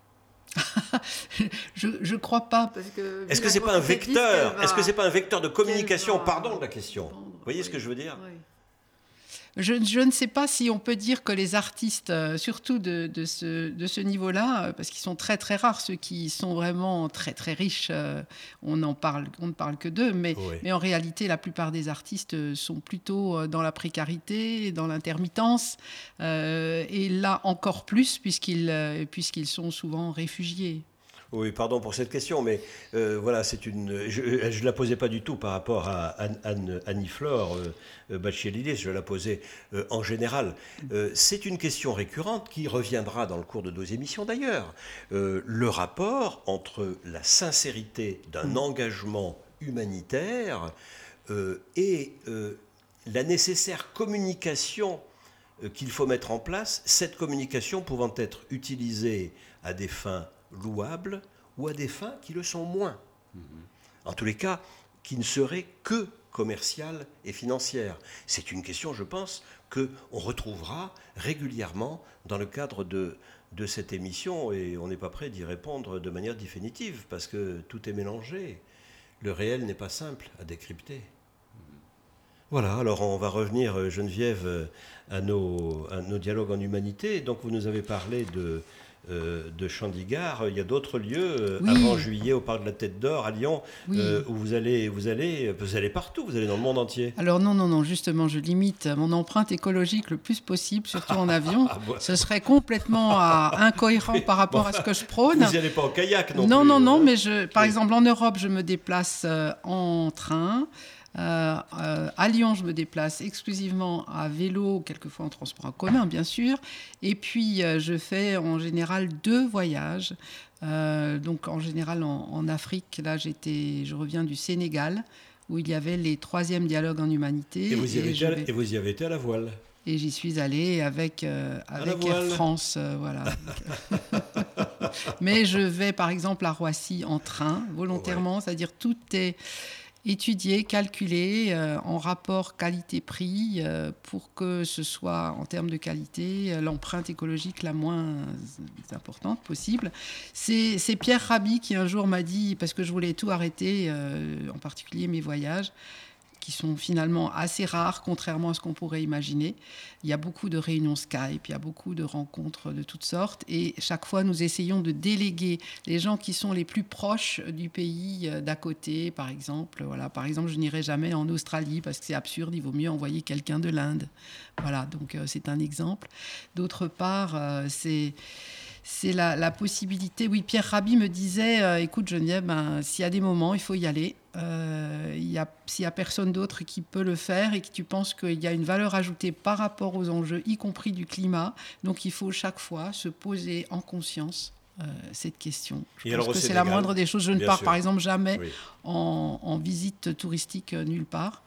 je je crois pas, parce que est-ce que c'est pas un vecteur disques, Est-ce que c'est pas un vecteur de communication? Pardon de la question. Vous voyez oui, ce que je veux dire? Oui. Je, je ne sais pas si on peut dire que les artistes, euh, surtout de, de, ce, de ce niveau-là, euh, parce qu'ils sont très très rares, ceux qui sont vraiment très très riches, euh, on, en parle, on ne parle que d'eux, mais, oui. mais en réalité la plupart des artistes sont plutôt dans la précarité, dans l'intermittence, euh, et là encore plus puisqu'ils, euh, puisqu'ils sont souvent réfugiés. Oui, pardon pour cette question, mais euh, voilà, c'est une. Je ne la posais pas du tout par rapport à Anne, Anne, Annie-Flore euh, Bachelidis, je la posais euh, en général. Euh, c'est une question récurrente qui reviendra dans le cours de nos émissions d'ailleurs. Euh, le rapport entre la sincérité d'un engagement humanitaire euh, et euh, la nécessaire communication euh, qu'il faut mettre en place, cette communication pouvant être utilisée à des fins louables ou à des fins qui le sont moins. Mmh. En tous les cas, qui ne seraient que commerciales et financières. C'est une question, je pense, qu'on retrouvera régulièrement dans le cadre de, de cette émission, et on n'est pas prêt d'y répondre de manière définitive, parce que tout est mélangé. Le réel n'est pas simple à décrypter. Mmh. Voilà, alors on va revenir, Geneviève, à nos, à nos dialogues en humanité. Donc vous nous avez parlé de... Euh, de Chandigarh, il y a d'autres lieux euh, oui. avant juillet au parc de la Tête d'Or à Lyon oui. euh, où vous allez, vous allez, vous allez partout, vous allez dans le monde entier. Alors non, non, non, justement, je limite mon empreinte écologique le plus possible, surtout en avion. Ah, bon. Ce serait complètement euh, incohérent par rapport bon, à ce que je prône. Vous n'y allez pas en kayak non, non plus. Non, non, non, mais je, par oui. exemple en Europe, je me déplace euh, en train. Euh, euh, à Lyon, je me déplace exclusivement à vélo, quelquefois en transport en commun, bien sûr. Et puis, euh, je fais en général deux voyages. Euh, donc, en général, en, en Afrique, là, j'étais, je reviens du Sénégal, où il y avait les troisièmes dialogues en humanité. Et vous y avez, et été, à, vais... et vous y avez été à la voile. Et j'y suis allée avec, euh, avec Air France, euh, voilà. Mais je vais, par exemple, à Roissy en train, volontairement, ouais. C'est-à-dire tout est... étudié, calculé euh, en rapport qualité-prix euh, pour que ce soit, en termes de qualité, euh, l'empreinte écologique la moins importante possible. C'est, c'est Pierre Rabhi qui un jour m'a dit, parce que je voulais tout arrêter, euh, en particulier mes voyages, qui sont finalement assez rares, contrairement à ce qu'on pourrait imaginer. Il y a beaucoup de réunions Skype, il y a beaucoup de rencontres de toutes sortes, et chaque fois, nous essayons de déléguer les gens qui sont les plus proches du pays d'à côté, par exemple. Voilà, par exemple, je n'irai jamais en Australie parce que c'est absurde, il vaut mieux envoyer quelqu'un de l'Inde. Voilà, donc euh, c'est un exemple. D'autre part, euh, c'est... C'est la, la possibilité. Oui, Pierre Rabhi me disait euh, écoute, Geneviève, ben, s'il y a des moments, il faut y aller. Euh, il y a, s'il n'y a personne d'autre qui peut le faire et que tu penses qu'il y a une valeur ajoutée par rapport aux enjeux, y compris du climat, donc il faut chaque fois se poser en conscience euh, cette question. Je et pense alors, que c'est Sénégal, la moindre des choses. Je ne bien pars sûr. par exemple jamais Oui. en, en visite touristique euh, nulle part,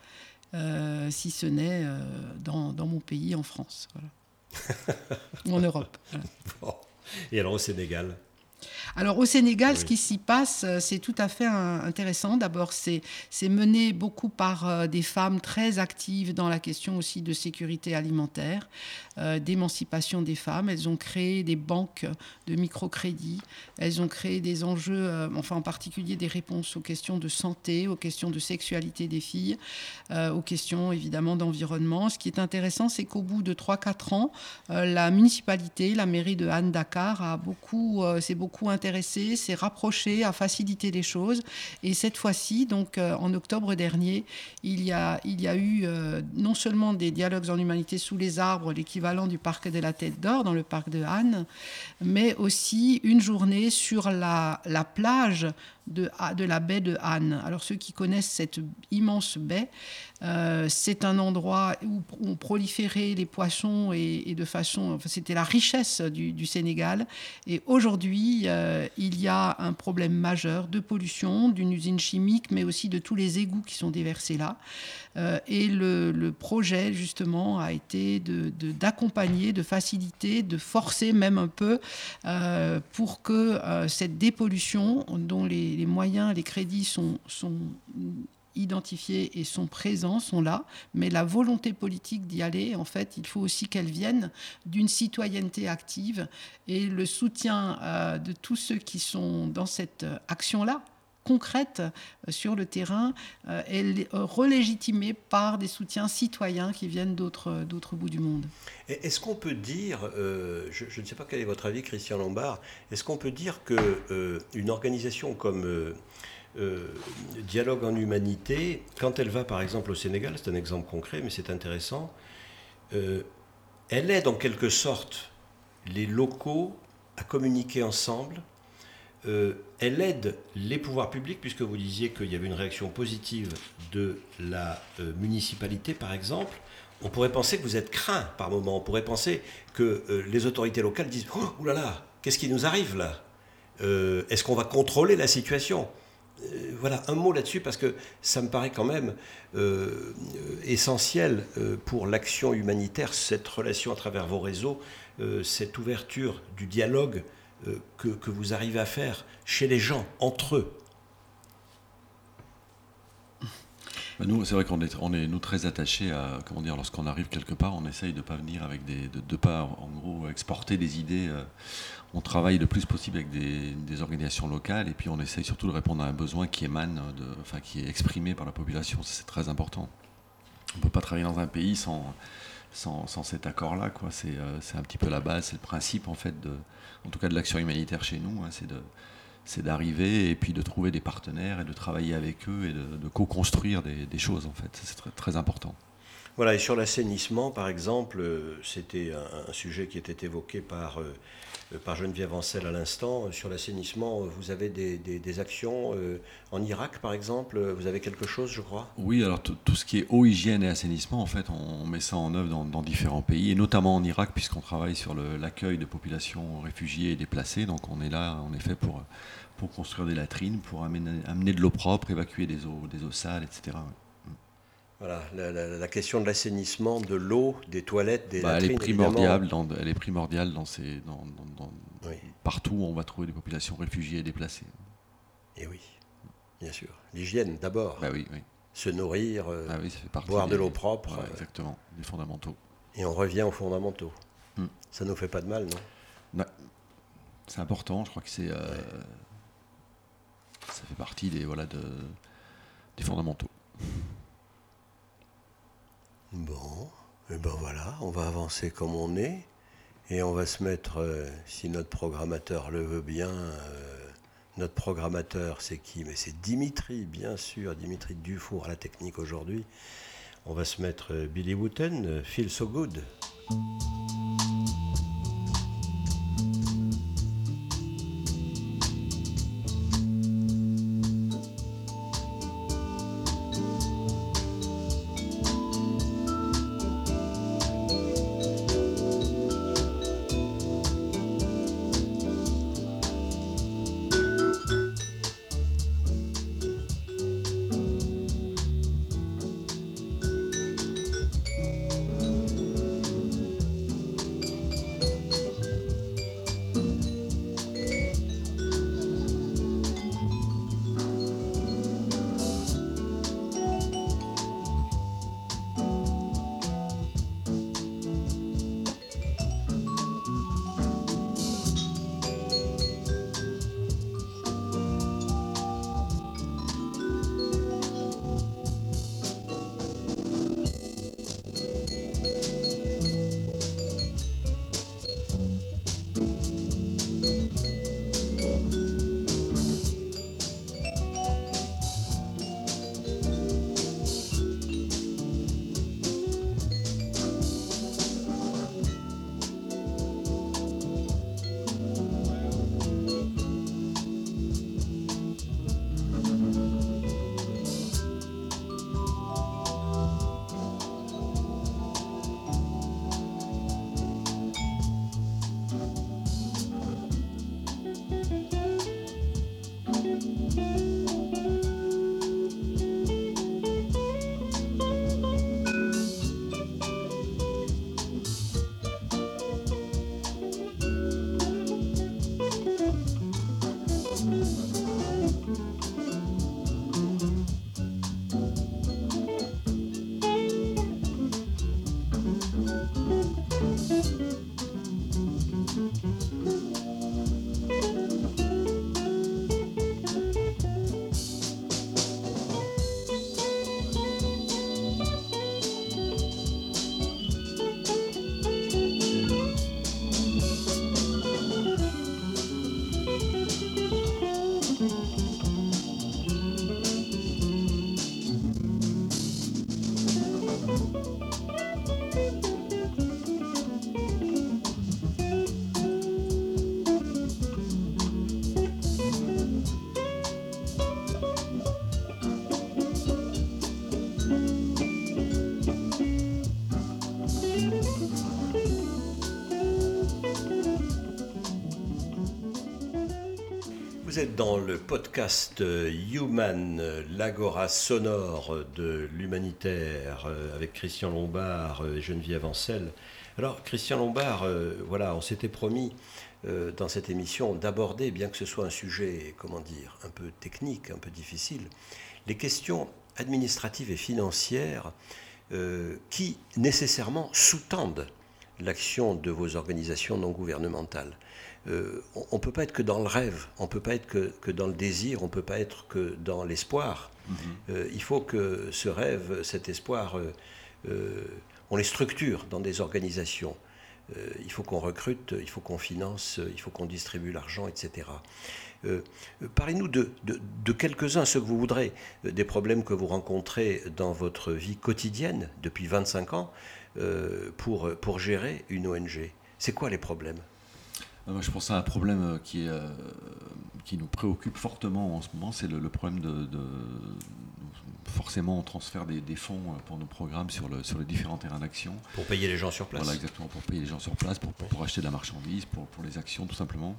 euh, si ce n'est euh, dans, dans mon pays, en France. Voilà. Ou en Europe. Voilà. Bon. Et alors au Sénégal? Alors au Sénégal, Oui. ce qui s'y passe, euh, c'est tout à fait un- intéressant. D'abord, c'est, c'est mené beaucoup par euh, des femmes très actives dans la question aussi de sécurité alimentaire, euh, d'émancipation des femmes. Elles ont créé des banques de microcrédit, elles ont créé des enjeux, euh, enfin en particulier des réponses aux questions de santé, aux questions de sexualité des filles, euh, aux questions évidemment d'environnement. Ce qui est intéressant, c'est qu'au bout de trois quatre ans, euh, la municipalité, la mairie de Hann Dakar a beaucoup, euh, s'est beaucoup intéressée, s'est rapprochée, a facilité les choses. Et cette fois-ci, donc euh, en octobre dernier, il y a, il y a eu euh, non seulement des dialogues en humanité sous les arbres, l'équivalent du parc de la Tête d'Or dans le parc de Hann, mais aussi une journée sur la, la plage de, de la baie de Hann. Alors ceux qui connaissent cette immense baie, euh, c'est un endroit où ont proliféré les poissons et, et de façon, enfin, c'était la richesse du, du Sénégal. Et aujourd'hui, euh, il y a un problème majeur de pollution d'une usine chimique, mais aussi de tous les égouts qui sont déversés là. Euh, et le, le projet, justement, a été de, de, d'accompagner, de faciliter, de forcer même un peu euh, pour que euh, cette dépollution, dont les, les moyens, les crédits sont, sont identifiés et sont présents, sont là, mais la volonté politique d'y aller, en fait, il faut aussi qu'elle vienne d'une citoyenneté active et le soutien euh, de tous ceux qui sont dans cette action-là, concrète euh, sur le terrain, euh, est relégitimée par des soutiens citoyens qui viennent d'autres, d'autres bouts du monde. Et est-ce qu'on peut dire, euh, je, je ne sais pas quel est votre avis, Christian Lombard, est-ce qu'on peut dire que euh, une organisation comme euh, euh, Dialogue en Humanité, quand elle va par exemple au Sénégal, c'est un exemple concret, mais c'est intéressant, euh, elle aide en quelque sorte les locaux à communiquer ensemble. Euh, elle aide les pouvoirs publics, puisque vous disiez qu'il y avait une réaction positive de la euh, municipalité, par exemple. On pourrait penser que vous êtes craint par moment. On pourrait penser que euh, les autorités locales disent oh, « Ouh là là, qu'est-ce qui nous arrive là euh, Est-ce qu'on va contrôler la situation ?» euh, Voilà, un mot là-dessus, parce que ça me paraît quand même euh, essentiel euh, pour l'action humanitaire, cette relation à travers vos réseaux, euh, cette ouverture du dialogue Euh, que, que vous arrivez à faire chez les gens, entre eux. Nous, c'est vrai qu'on est, on est nous très attachés à, comment dire, lorsqu'on arrive quelque part, on essaye de ne pas venir avec des, de, de pas, en gros, exporter des idées. Euh, on travaille le plus possible avec des, des organisations locales et puis on essaye surtout de répondre à un besoin qui émane, de, enfin, qui est exprimé par la population. Ça, c'est très important. On ne peut pas travailler dans un pays sans, sans, sans cet accord-là, quoi. C'est, euh, c'est un petit peu la base, c'est le principe, en fait, de, en tout cas de l'action humanitaire chez nous, hein, c'est, de, c'est d'arriver et puis de trouver des partenaires et de travailler avec eux et de, de co-construire des, des choses, en fait. C'est très, très important. Voilà, et sur l'assainissement, par exemple, c'était un, un sujet qui était évoqué par, euh, par Geneviève Ancel à l'instant. Sur l'assainissement, vous avez des, des, des actions euh, en Irak, par exemple. Vous avez quelque chose, je crois ? Oui, alors tout, tout ce qui est eau, hygiène et assainissement, en fait, on met ça en œuvre dans, dans différents pays, et notamment en Irak, puisqu'on travaille sur le, l'accueil de populations réfugiées et déplacées. Donc on est là, en effet, pour, pour construire des latrines, pour amener, amener de l'eau propre, évacuer des eaux, des eaux sales, et cetera. Voilà, la, la, la question de l'assainissement, de l'eau, des toilettes, des bah, latrines, elle est primordiale dans, elle est primordiale dans ces, dans, dans, dans, oui. partout où on va trouver des populations réfugiées et déplacées. Et oui. Bien sûr. L'hygiène d'abord. Bah oui, oui. Se nourrir, euh, Ah oui, ça fait partie boire de des- l'eau propre. voilà, euh, exactement, des fondamentaux. et on revient aux fondamentaux. Hmm. Ça nous fait pas de mal, non? Ouais. C'est important, je crois que c'est, euh, ça fait partie des, voilà, de, des fondamentaux. Bon, et ben voilà, on va avancer comme on est. Et on va se mettre, euh, si notre programmateur le veut bien, euh, notre programmateur c'est qui? Mais c'est Dimitri, bien sûr, Dimitri Dufour à la technique aujourd'hui. On va se mettre euh, Billy Wooten, euh, Feel So Good. Vous êtes dans le podcast Human, l'agora sonore de l'humanitaire avec Christian Lombard et Geneviève Ancel. Alors Christian Lombard, euh, voilà, on s'était promis euh, dans cette émission d'aborder, bien que ce soit un sujet, comment dire, un peu technique, un peu difficile, les questions administratives et financières euh, qui nécessairement sous-tendent l'action de vos organisations non gouvernementales. Euh, on ne peut pas être que dans le rêve, on ne peut pas être que, que dans le désir, on ne peut pas être que dans l'espoir. Mmh. Euh, il faut que ce rêve, cet espoir, euh, euh, on les structure dans des organisations. Euh, il faut qu'on recrute, il faut qu'on finance, il faut qu'on distribue l'argent, et cetera. Euh, parlez-nous de, de, de quelques-uns, ceux que vous voudrez, des problèmes que vous rencontrez dans votre vie quotidienne depuis vingt-cinq ans euh, pour, pour gérer une O N G. C'est quoi les problèmes ? Je pense à un problème qui, est, euh, qui nous préoccupe fortement en ce moment, c'est le, le problème de, de forcément on transfère des, des fonds pour nos programmes sur, le, sur les différents terrains d'action. Pour payer les gens sur place. Voilà, exactement, pour payer les gens sur place, pour, pour, pour acheter de la marchandise, pour, pour les actions tout simplement.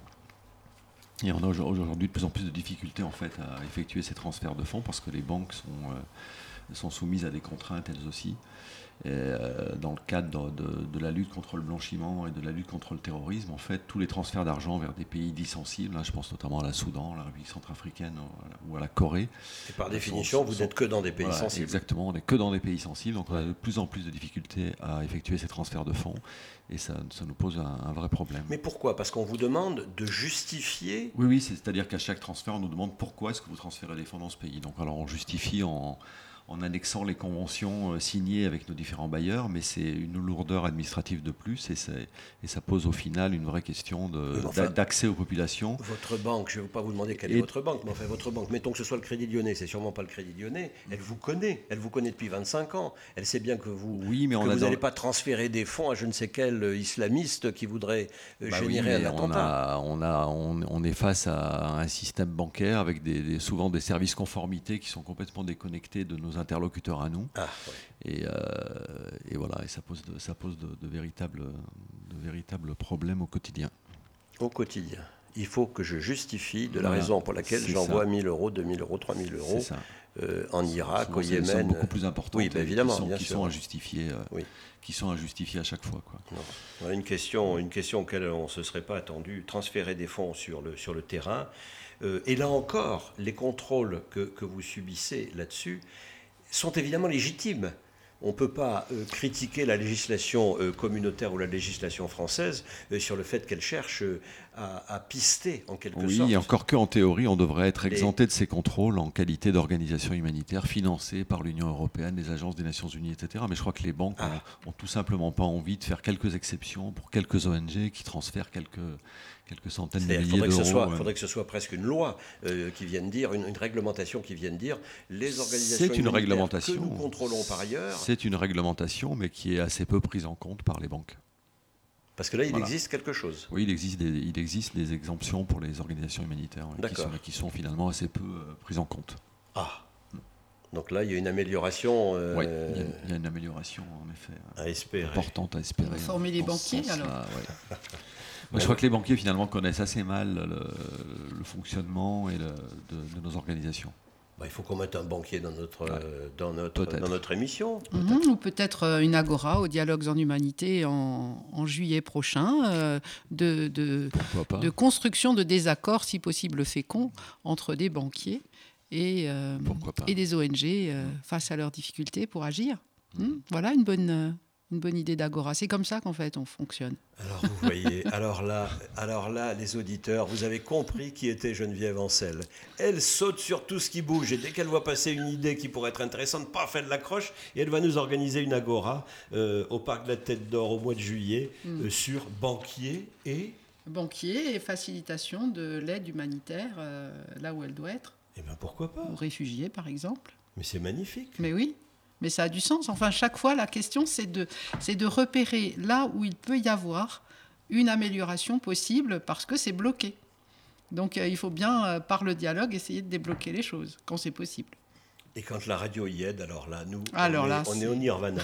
Et on a aujourd'hui de plus en plus de difficultés en fait à effectuer ces transferts de fonds parce que les banques sont, euh, sont soumises à des contraintes elles aussi. Et, euh, dans le cadre de, de, de la lutte contre le blanchiment et de la lutte contre le terrorisme, en fait, tous les transferts d'argent vers des pays dits sensibles, là, je pense notamment à la Soudan, à la République centrafricaine ou à la Corée. Et par définition, sont, vous n'êtes que dans des pays voilà, sensibles. Exactement, on n'est que dans des pays sensibles, donc on a de plus en plus de difficultés à effectuer ces transferts de fonds, et ça, ça nous pose un, un vrai problème. Mais pourquoi ? Parce qu'on vous demande de justifier... Oui, oui, c'est-à-dire qu'à chaque transfert, on nous demande pourquoi est-ce que vous transférez les fonds dans ce pays. Donc alors on justifie en... en annexant les conventions signées avec nos différents bailleurs, mais c'est une lourdeur administrative de plus et, et ça pose au final une vraie question de, enfin, d'accès aux populations. Votre banque, je ne vais pas vous demander quelle et est votre banque, mais enfin votre banque, mettons que ce soit le Crédit Lyonnais, c'est sûrement pas le Crédit Lyonnais, elle vous connaît, elle vous connaît depuis vingt-cinq ans, elle sait bien que vous oui, mais que on vous n'allez dans... pas transférer des fonds à je ne sais quel islamiste qui voudrait bah générer oui, un attentat. On, a, on, a, on, on est face à un système bancaire avec des, des, souvent des services conformité qui sont complètement déconnectés de nos interlocuteurs à nous. Ah, ouais. et, euh, et voilà, et ça pose de, ça pose de, de, véritables, de véritables problèmes au quotidien. Au quotidien. Il faut que je justifie de la voilà, raison pour laquelle j'envoie mille euros, deux mille euros, trois mille euros euh, en Irak, souvent, au Yémen. C'est beaucoup plus important. Oui, ben évidemment, qui sont, bien qui sûr. sont à justifier, euh, oui. qui sont à justifier à chaque fois. Quoi. Voilà, une question, une question auquel on ne se serait pas attendu, transférer des fonds sur le, sur le terrain. Euh, et là encore, les contrôles que, que vous subissez là-dessus sont évidemment légitimes. On ne peut pas euh, critiquer la législation euh, communautaire ou la législation française euh, sur le fait qu'elle cherche euh, à, à pister en quelque oui, sorte. Oui, encore qu'en théorie, on devrait être exempté Les... de ces contrôles en qualité d'organisation humanitaire financée par l'Union européenne, les agences des Nations Unies, et cetera. Mais je crois que les banques ah. ont, ont tout simplement pas envie de faire quelques exceptions pour quelques O N G qui transfèrent quelques... quelques centaines de milliers d'euros. Il faudrait que ce soit presque une loi euh, qui vienne dire, une, une réglementation qui vienne dire, les organisations c'est une réglementation, que nous contrôlons par ailleurs. C'est une réglementation, mais qui est assez peu prise en compte par les banques. Parce que là, il voilà. existe quelque chose. Oui, il existe des, il existe des exemptions pour les organisations humanitaires ouais, qui, sont, qui sont finalement assez peu euh, prises en compte. Ah. Donc là, il y a une amélioration. Euh, oui, il y, a, il y a une amélioration, en effet, à espérer. importante à espérer. Former les banquiers, alors. Ouais. Moi, je crois que les banquiers, finalement, connaissent assez mal le, le fonctionnement et le, de, de nos organisations. Bah, il faut qu'on mette un banquier dans notre, ouais. euh, dans notre, dans notre émission. Mmh, peut-être. Ou peut-être une agora aux dialogues en humanité en, en juillet prochain, euh, de, de, de construction de désaccords, si possible féconds, entre des banquiers et, euh, et des O N G euh, face à leurs difficultés pour agir. Mmh. Mmh, voilà une bonne... Euh, Une bonne idée d'agora. C'est comme ça qu'en fait on fonctionne. Alors vous voyez, alors là, alors là, les auditeurs, vous avez compris qui était Geneviève Ancel. Elle saute sur tout ce qui bouge et dès qu'elle voit passer une idée qui pourrait être intéressante, paf, elle l'accroche et elle va nous organiser une agora euh, au parc de la Tête d'Or au mois de juillet mm. euh, sur banquier et banquier et facilitation de l'aide humanitaire euh, là où elle doit être. Eh bien pourquoi pas. Aux réfugiés par exemple. Mais c'est magnifique. Mais oui. Mais ça a du sens. Enfin, chaque fois, la question, c'est de, c'est de repérer là où il peut y avoir une amélioration possible parce que c'est bloqué. Donc, euh, il faut bien, euh, par le dialogue, essayer de débloquer les choses quand c'est possible. Et quand la radio y aide, alors là, nous, alors on, là, est, on est au nirvana.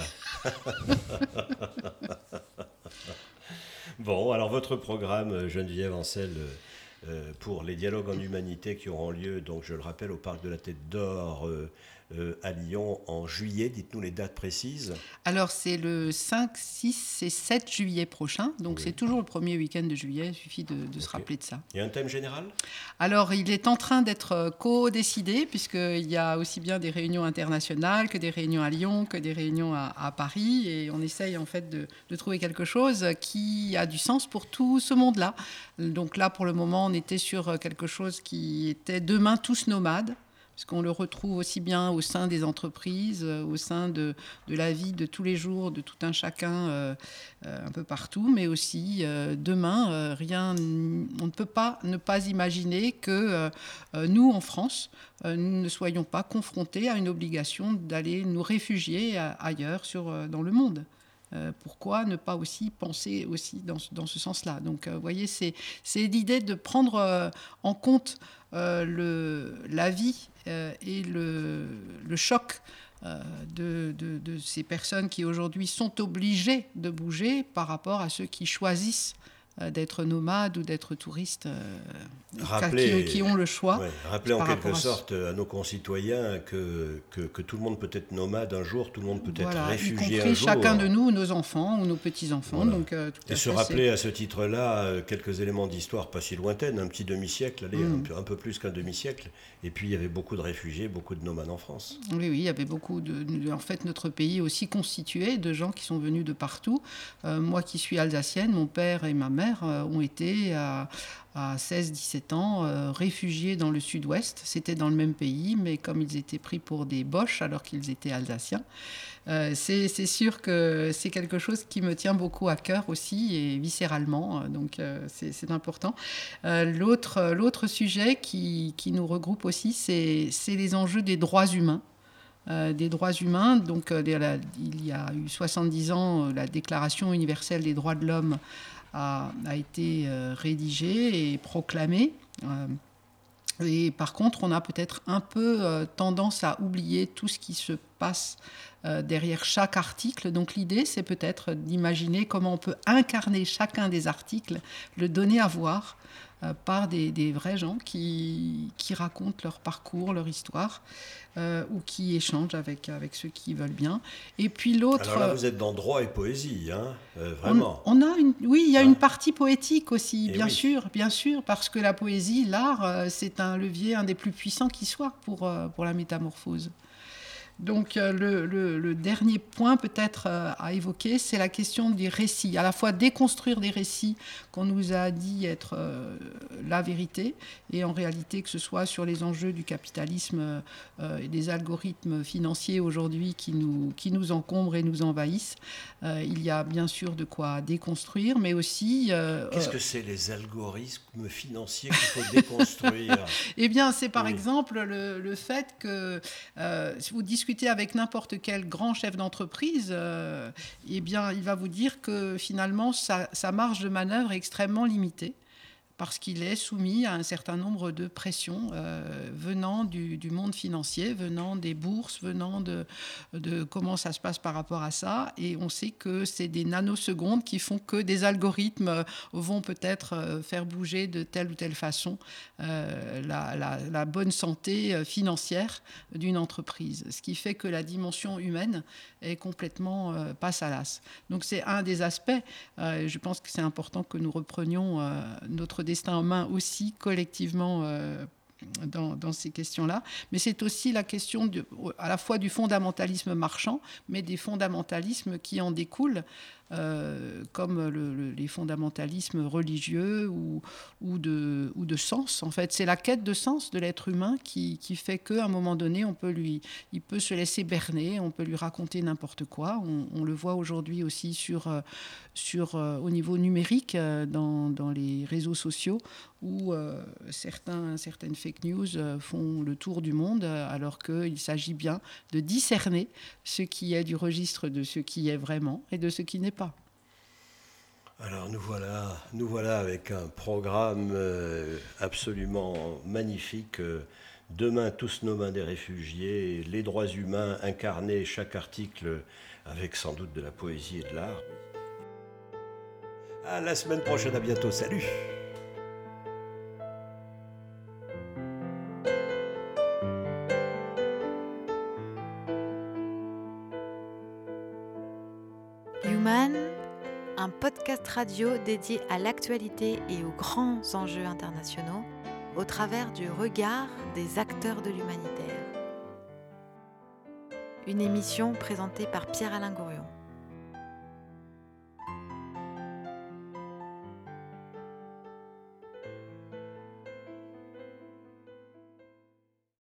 Bon, alors votre programme, Geneviève Ancel, euh, pour les dialogues en humanité qui auront lieu, donc je le rappelle, au parc de la Tête d'Or, euh, Euh, à Lyon en juillet. Dites-nous les dates précises. Alors, c'est le cinq, six et sept juillet prochain. Donc, oui. C'est toujours le premier week-end de juillet. Il suffit de, de okay. se rappeler de ça. Il y a un thème général ? Alors, il est en train d'être co-décidé puisqu'il y a aussi bien des réunions internationales que des réunions à Lyon, que des réunions à, à Paris. Et on essaye en fait de, de trouver quelque chose qui a du sens pour tout ce monde-là. Donc là, pour le moment, on était sur quelque chose qui était demain tous nomades. Parce qu'on le retrouve aussi bien au sein des entreprises, euh, au sein de, de la vie de tous les jours, de tout un chacun, euh, euh, un peu partout, mais aussi euh, demain, euh, rien, on ne peut pas ne pas imaginer que euh, nous, en France, euh, nous ne soyons pas confrontés à une obligation d'aller nous réfugier à, ailleurs sur, euh, dans le monde. Euh, pourquoi ne pas aussi penser aussi dans, dans ce sens-là ? Donc, vous euh, voyez, c'est, c'est l'idée de prendre euh, en compte euh, le, la vie euh, et le, le choc euh, de, de, de ces personnes qui aujourd'hui sont obligées de bouger par rapport à ceux qui choisissent euh, d'être nomade ou d'être touriste, euh, Rappeler, qui, qui ont le choix. Ouais, rappeler en par quelque rapport à- sorte à nos concitoyens que, que, que tout le monde peut être nomade un jour, tout le monde peut être Voilà, y réfugié compris un jour. chacun de nous, nos enfants ou nos petits-enfants. Voilà. Donc, euh, tout à Et se fait, rappeler à ce titre-là euh, quelques éléments d'histoire pas si lointaines, un petit demi-siècle, allez, Mm. un, peu, un peu plus qu'un demi-siècle. Et puis il y avait beaucoup de réfugiés, beaucoup de nomades en France. c'est- Oui, oui, il y avait beaucoup de. de- En fait, notre pays est aussi constitué de gens qui sont venus de partout. Euh, moi qui suis alsacienne, mon père et ma mère euh, ont été à, à seize dix-sept ans euh, réfugiés dans le sud-ouest. C'était dans le même pays, mais comme ils étaient pris pour des boches alors qu'ils étaient alsaciens. Euh, c'est, c'est sûr que c'est quelque chose qui me tient beaucoup à cœur aussi et viscéralement, euh, donc euh, c'est, c'est important. Euh, l'autre, l'autre sujet qui, qui nous regroupe aussi, c'est, c'est les enjeux des droits humains. Euh, des droits humains. Donc, euh, la- il y a eu soixante-dix ans, euh, la Déclaration universelle des droits de l'homme a, a été euh, rédigée et proclamée. Euh, et par contre, on a peut-être un peu euh, tendance à oublier tout ce qui se passe euh, derrière chaque article. Donc l'idée, c'est peut-être d'imaginer comment on peut incarner chacun des articles, le donner à voir euh, par des, des vrais gens qui, qui racontent leur parcours, leur histoire, euh, ou qui échangent avec, avec ceux qui veulent bien. Et puis l'autre... Alors là, vous êtes dans droit et poésie, hein, euh, On, vraiment. on a une, oui, il y a Hein? une partie poétique aussi, Eh bien oui. sûr, bien sûr, parce que la poésie, l'art, euh, c'est un levier, un des plus puissants qui soit pour, euh, pour la métamorphose. Donc euh, le, le- le dernier point peut-être euh, à évoquer, c'est la question des récits. À la fois déconstruire des récits qu'on nous a dit être euh, la vérité, et en réalité que ce soit sur les enjeux du capitalisme euh, et des algorithmes financiers aujourd'hui qui nous, qui nous encombrent et nous envahissent. Euh, il y a bien sûr de quoi déconstruire, mais aussi... euh, Qu'est-ce euh, que c'est les algorithmes financiers qu'il faut déconstruire? Eh bien, c'est par Oui. exemple le, le fait que euh, si vous discutez avec n'importe quel grand chef d'entreprise, euh, eh bien, il va vous dire que finalement, sa, sa marge de manœuvre est extrêmement limitée, parce qu'il est soumis à un certain nombre de pressions euh, venant du, du monde financier, venant des bourses, venant de, de comment ça se passe par rapport à ça. Et on sait que c'est des nanosecondes qui font que des algorithmes vont peut-être euh, faire bouger de telle ou telle façon euh, la, la, la bonne santé financière d'une entreprise. Ce qui fait que la dimension humaine est complètement euh, passe à l'as. Donc c'est un des aspects. Euh, je pense que c'est important que nous reprenions euh, notre destin en main aussi collectivement euh, dans, dans ces questions-là. Mais c'est aussi la question de, à la fois du fondamentalisme marchand, mais des fondamentalismes qui en découlent, euh, comme le, le, les fondamentalismes religieux ou, ou, de, ou de sens. En fait, c'est la quête de sens de l'être humain qui, qui fait qu'à un moment donné, on peut lui, il peut se laisser berner, on peut lui raconter n'importe quoi. On, on le voit aujourd'hui aussi sur, sur, euh, au niveau numérique, euh, dans, dans les réseaux sociaux, où euh, certains, certaines fake news euh, font le tour du monde, euh, alors qu'il s'agit bien de discerner ce qui est du registre de ce qui est vraiment et de ce qui n'est pas. Alors nous voilà, nous voilà avec un programme euh, absolument magnifique. Euh, Demain, tous nos mains des réfugiés, les droits humains incarnés, chaque article avec sans doute de la poésie et de l'art. À la semaine prochaine, à bientôt, salut! Human, un podcast radio dédié à l'actualité et aux grands enjeux internationaux au travers du regard des acteurs de l'humanitaire. Une émission présentée par Pierre-Alain Gourion.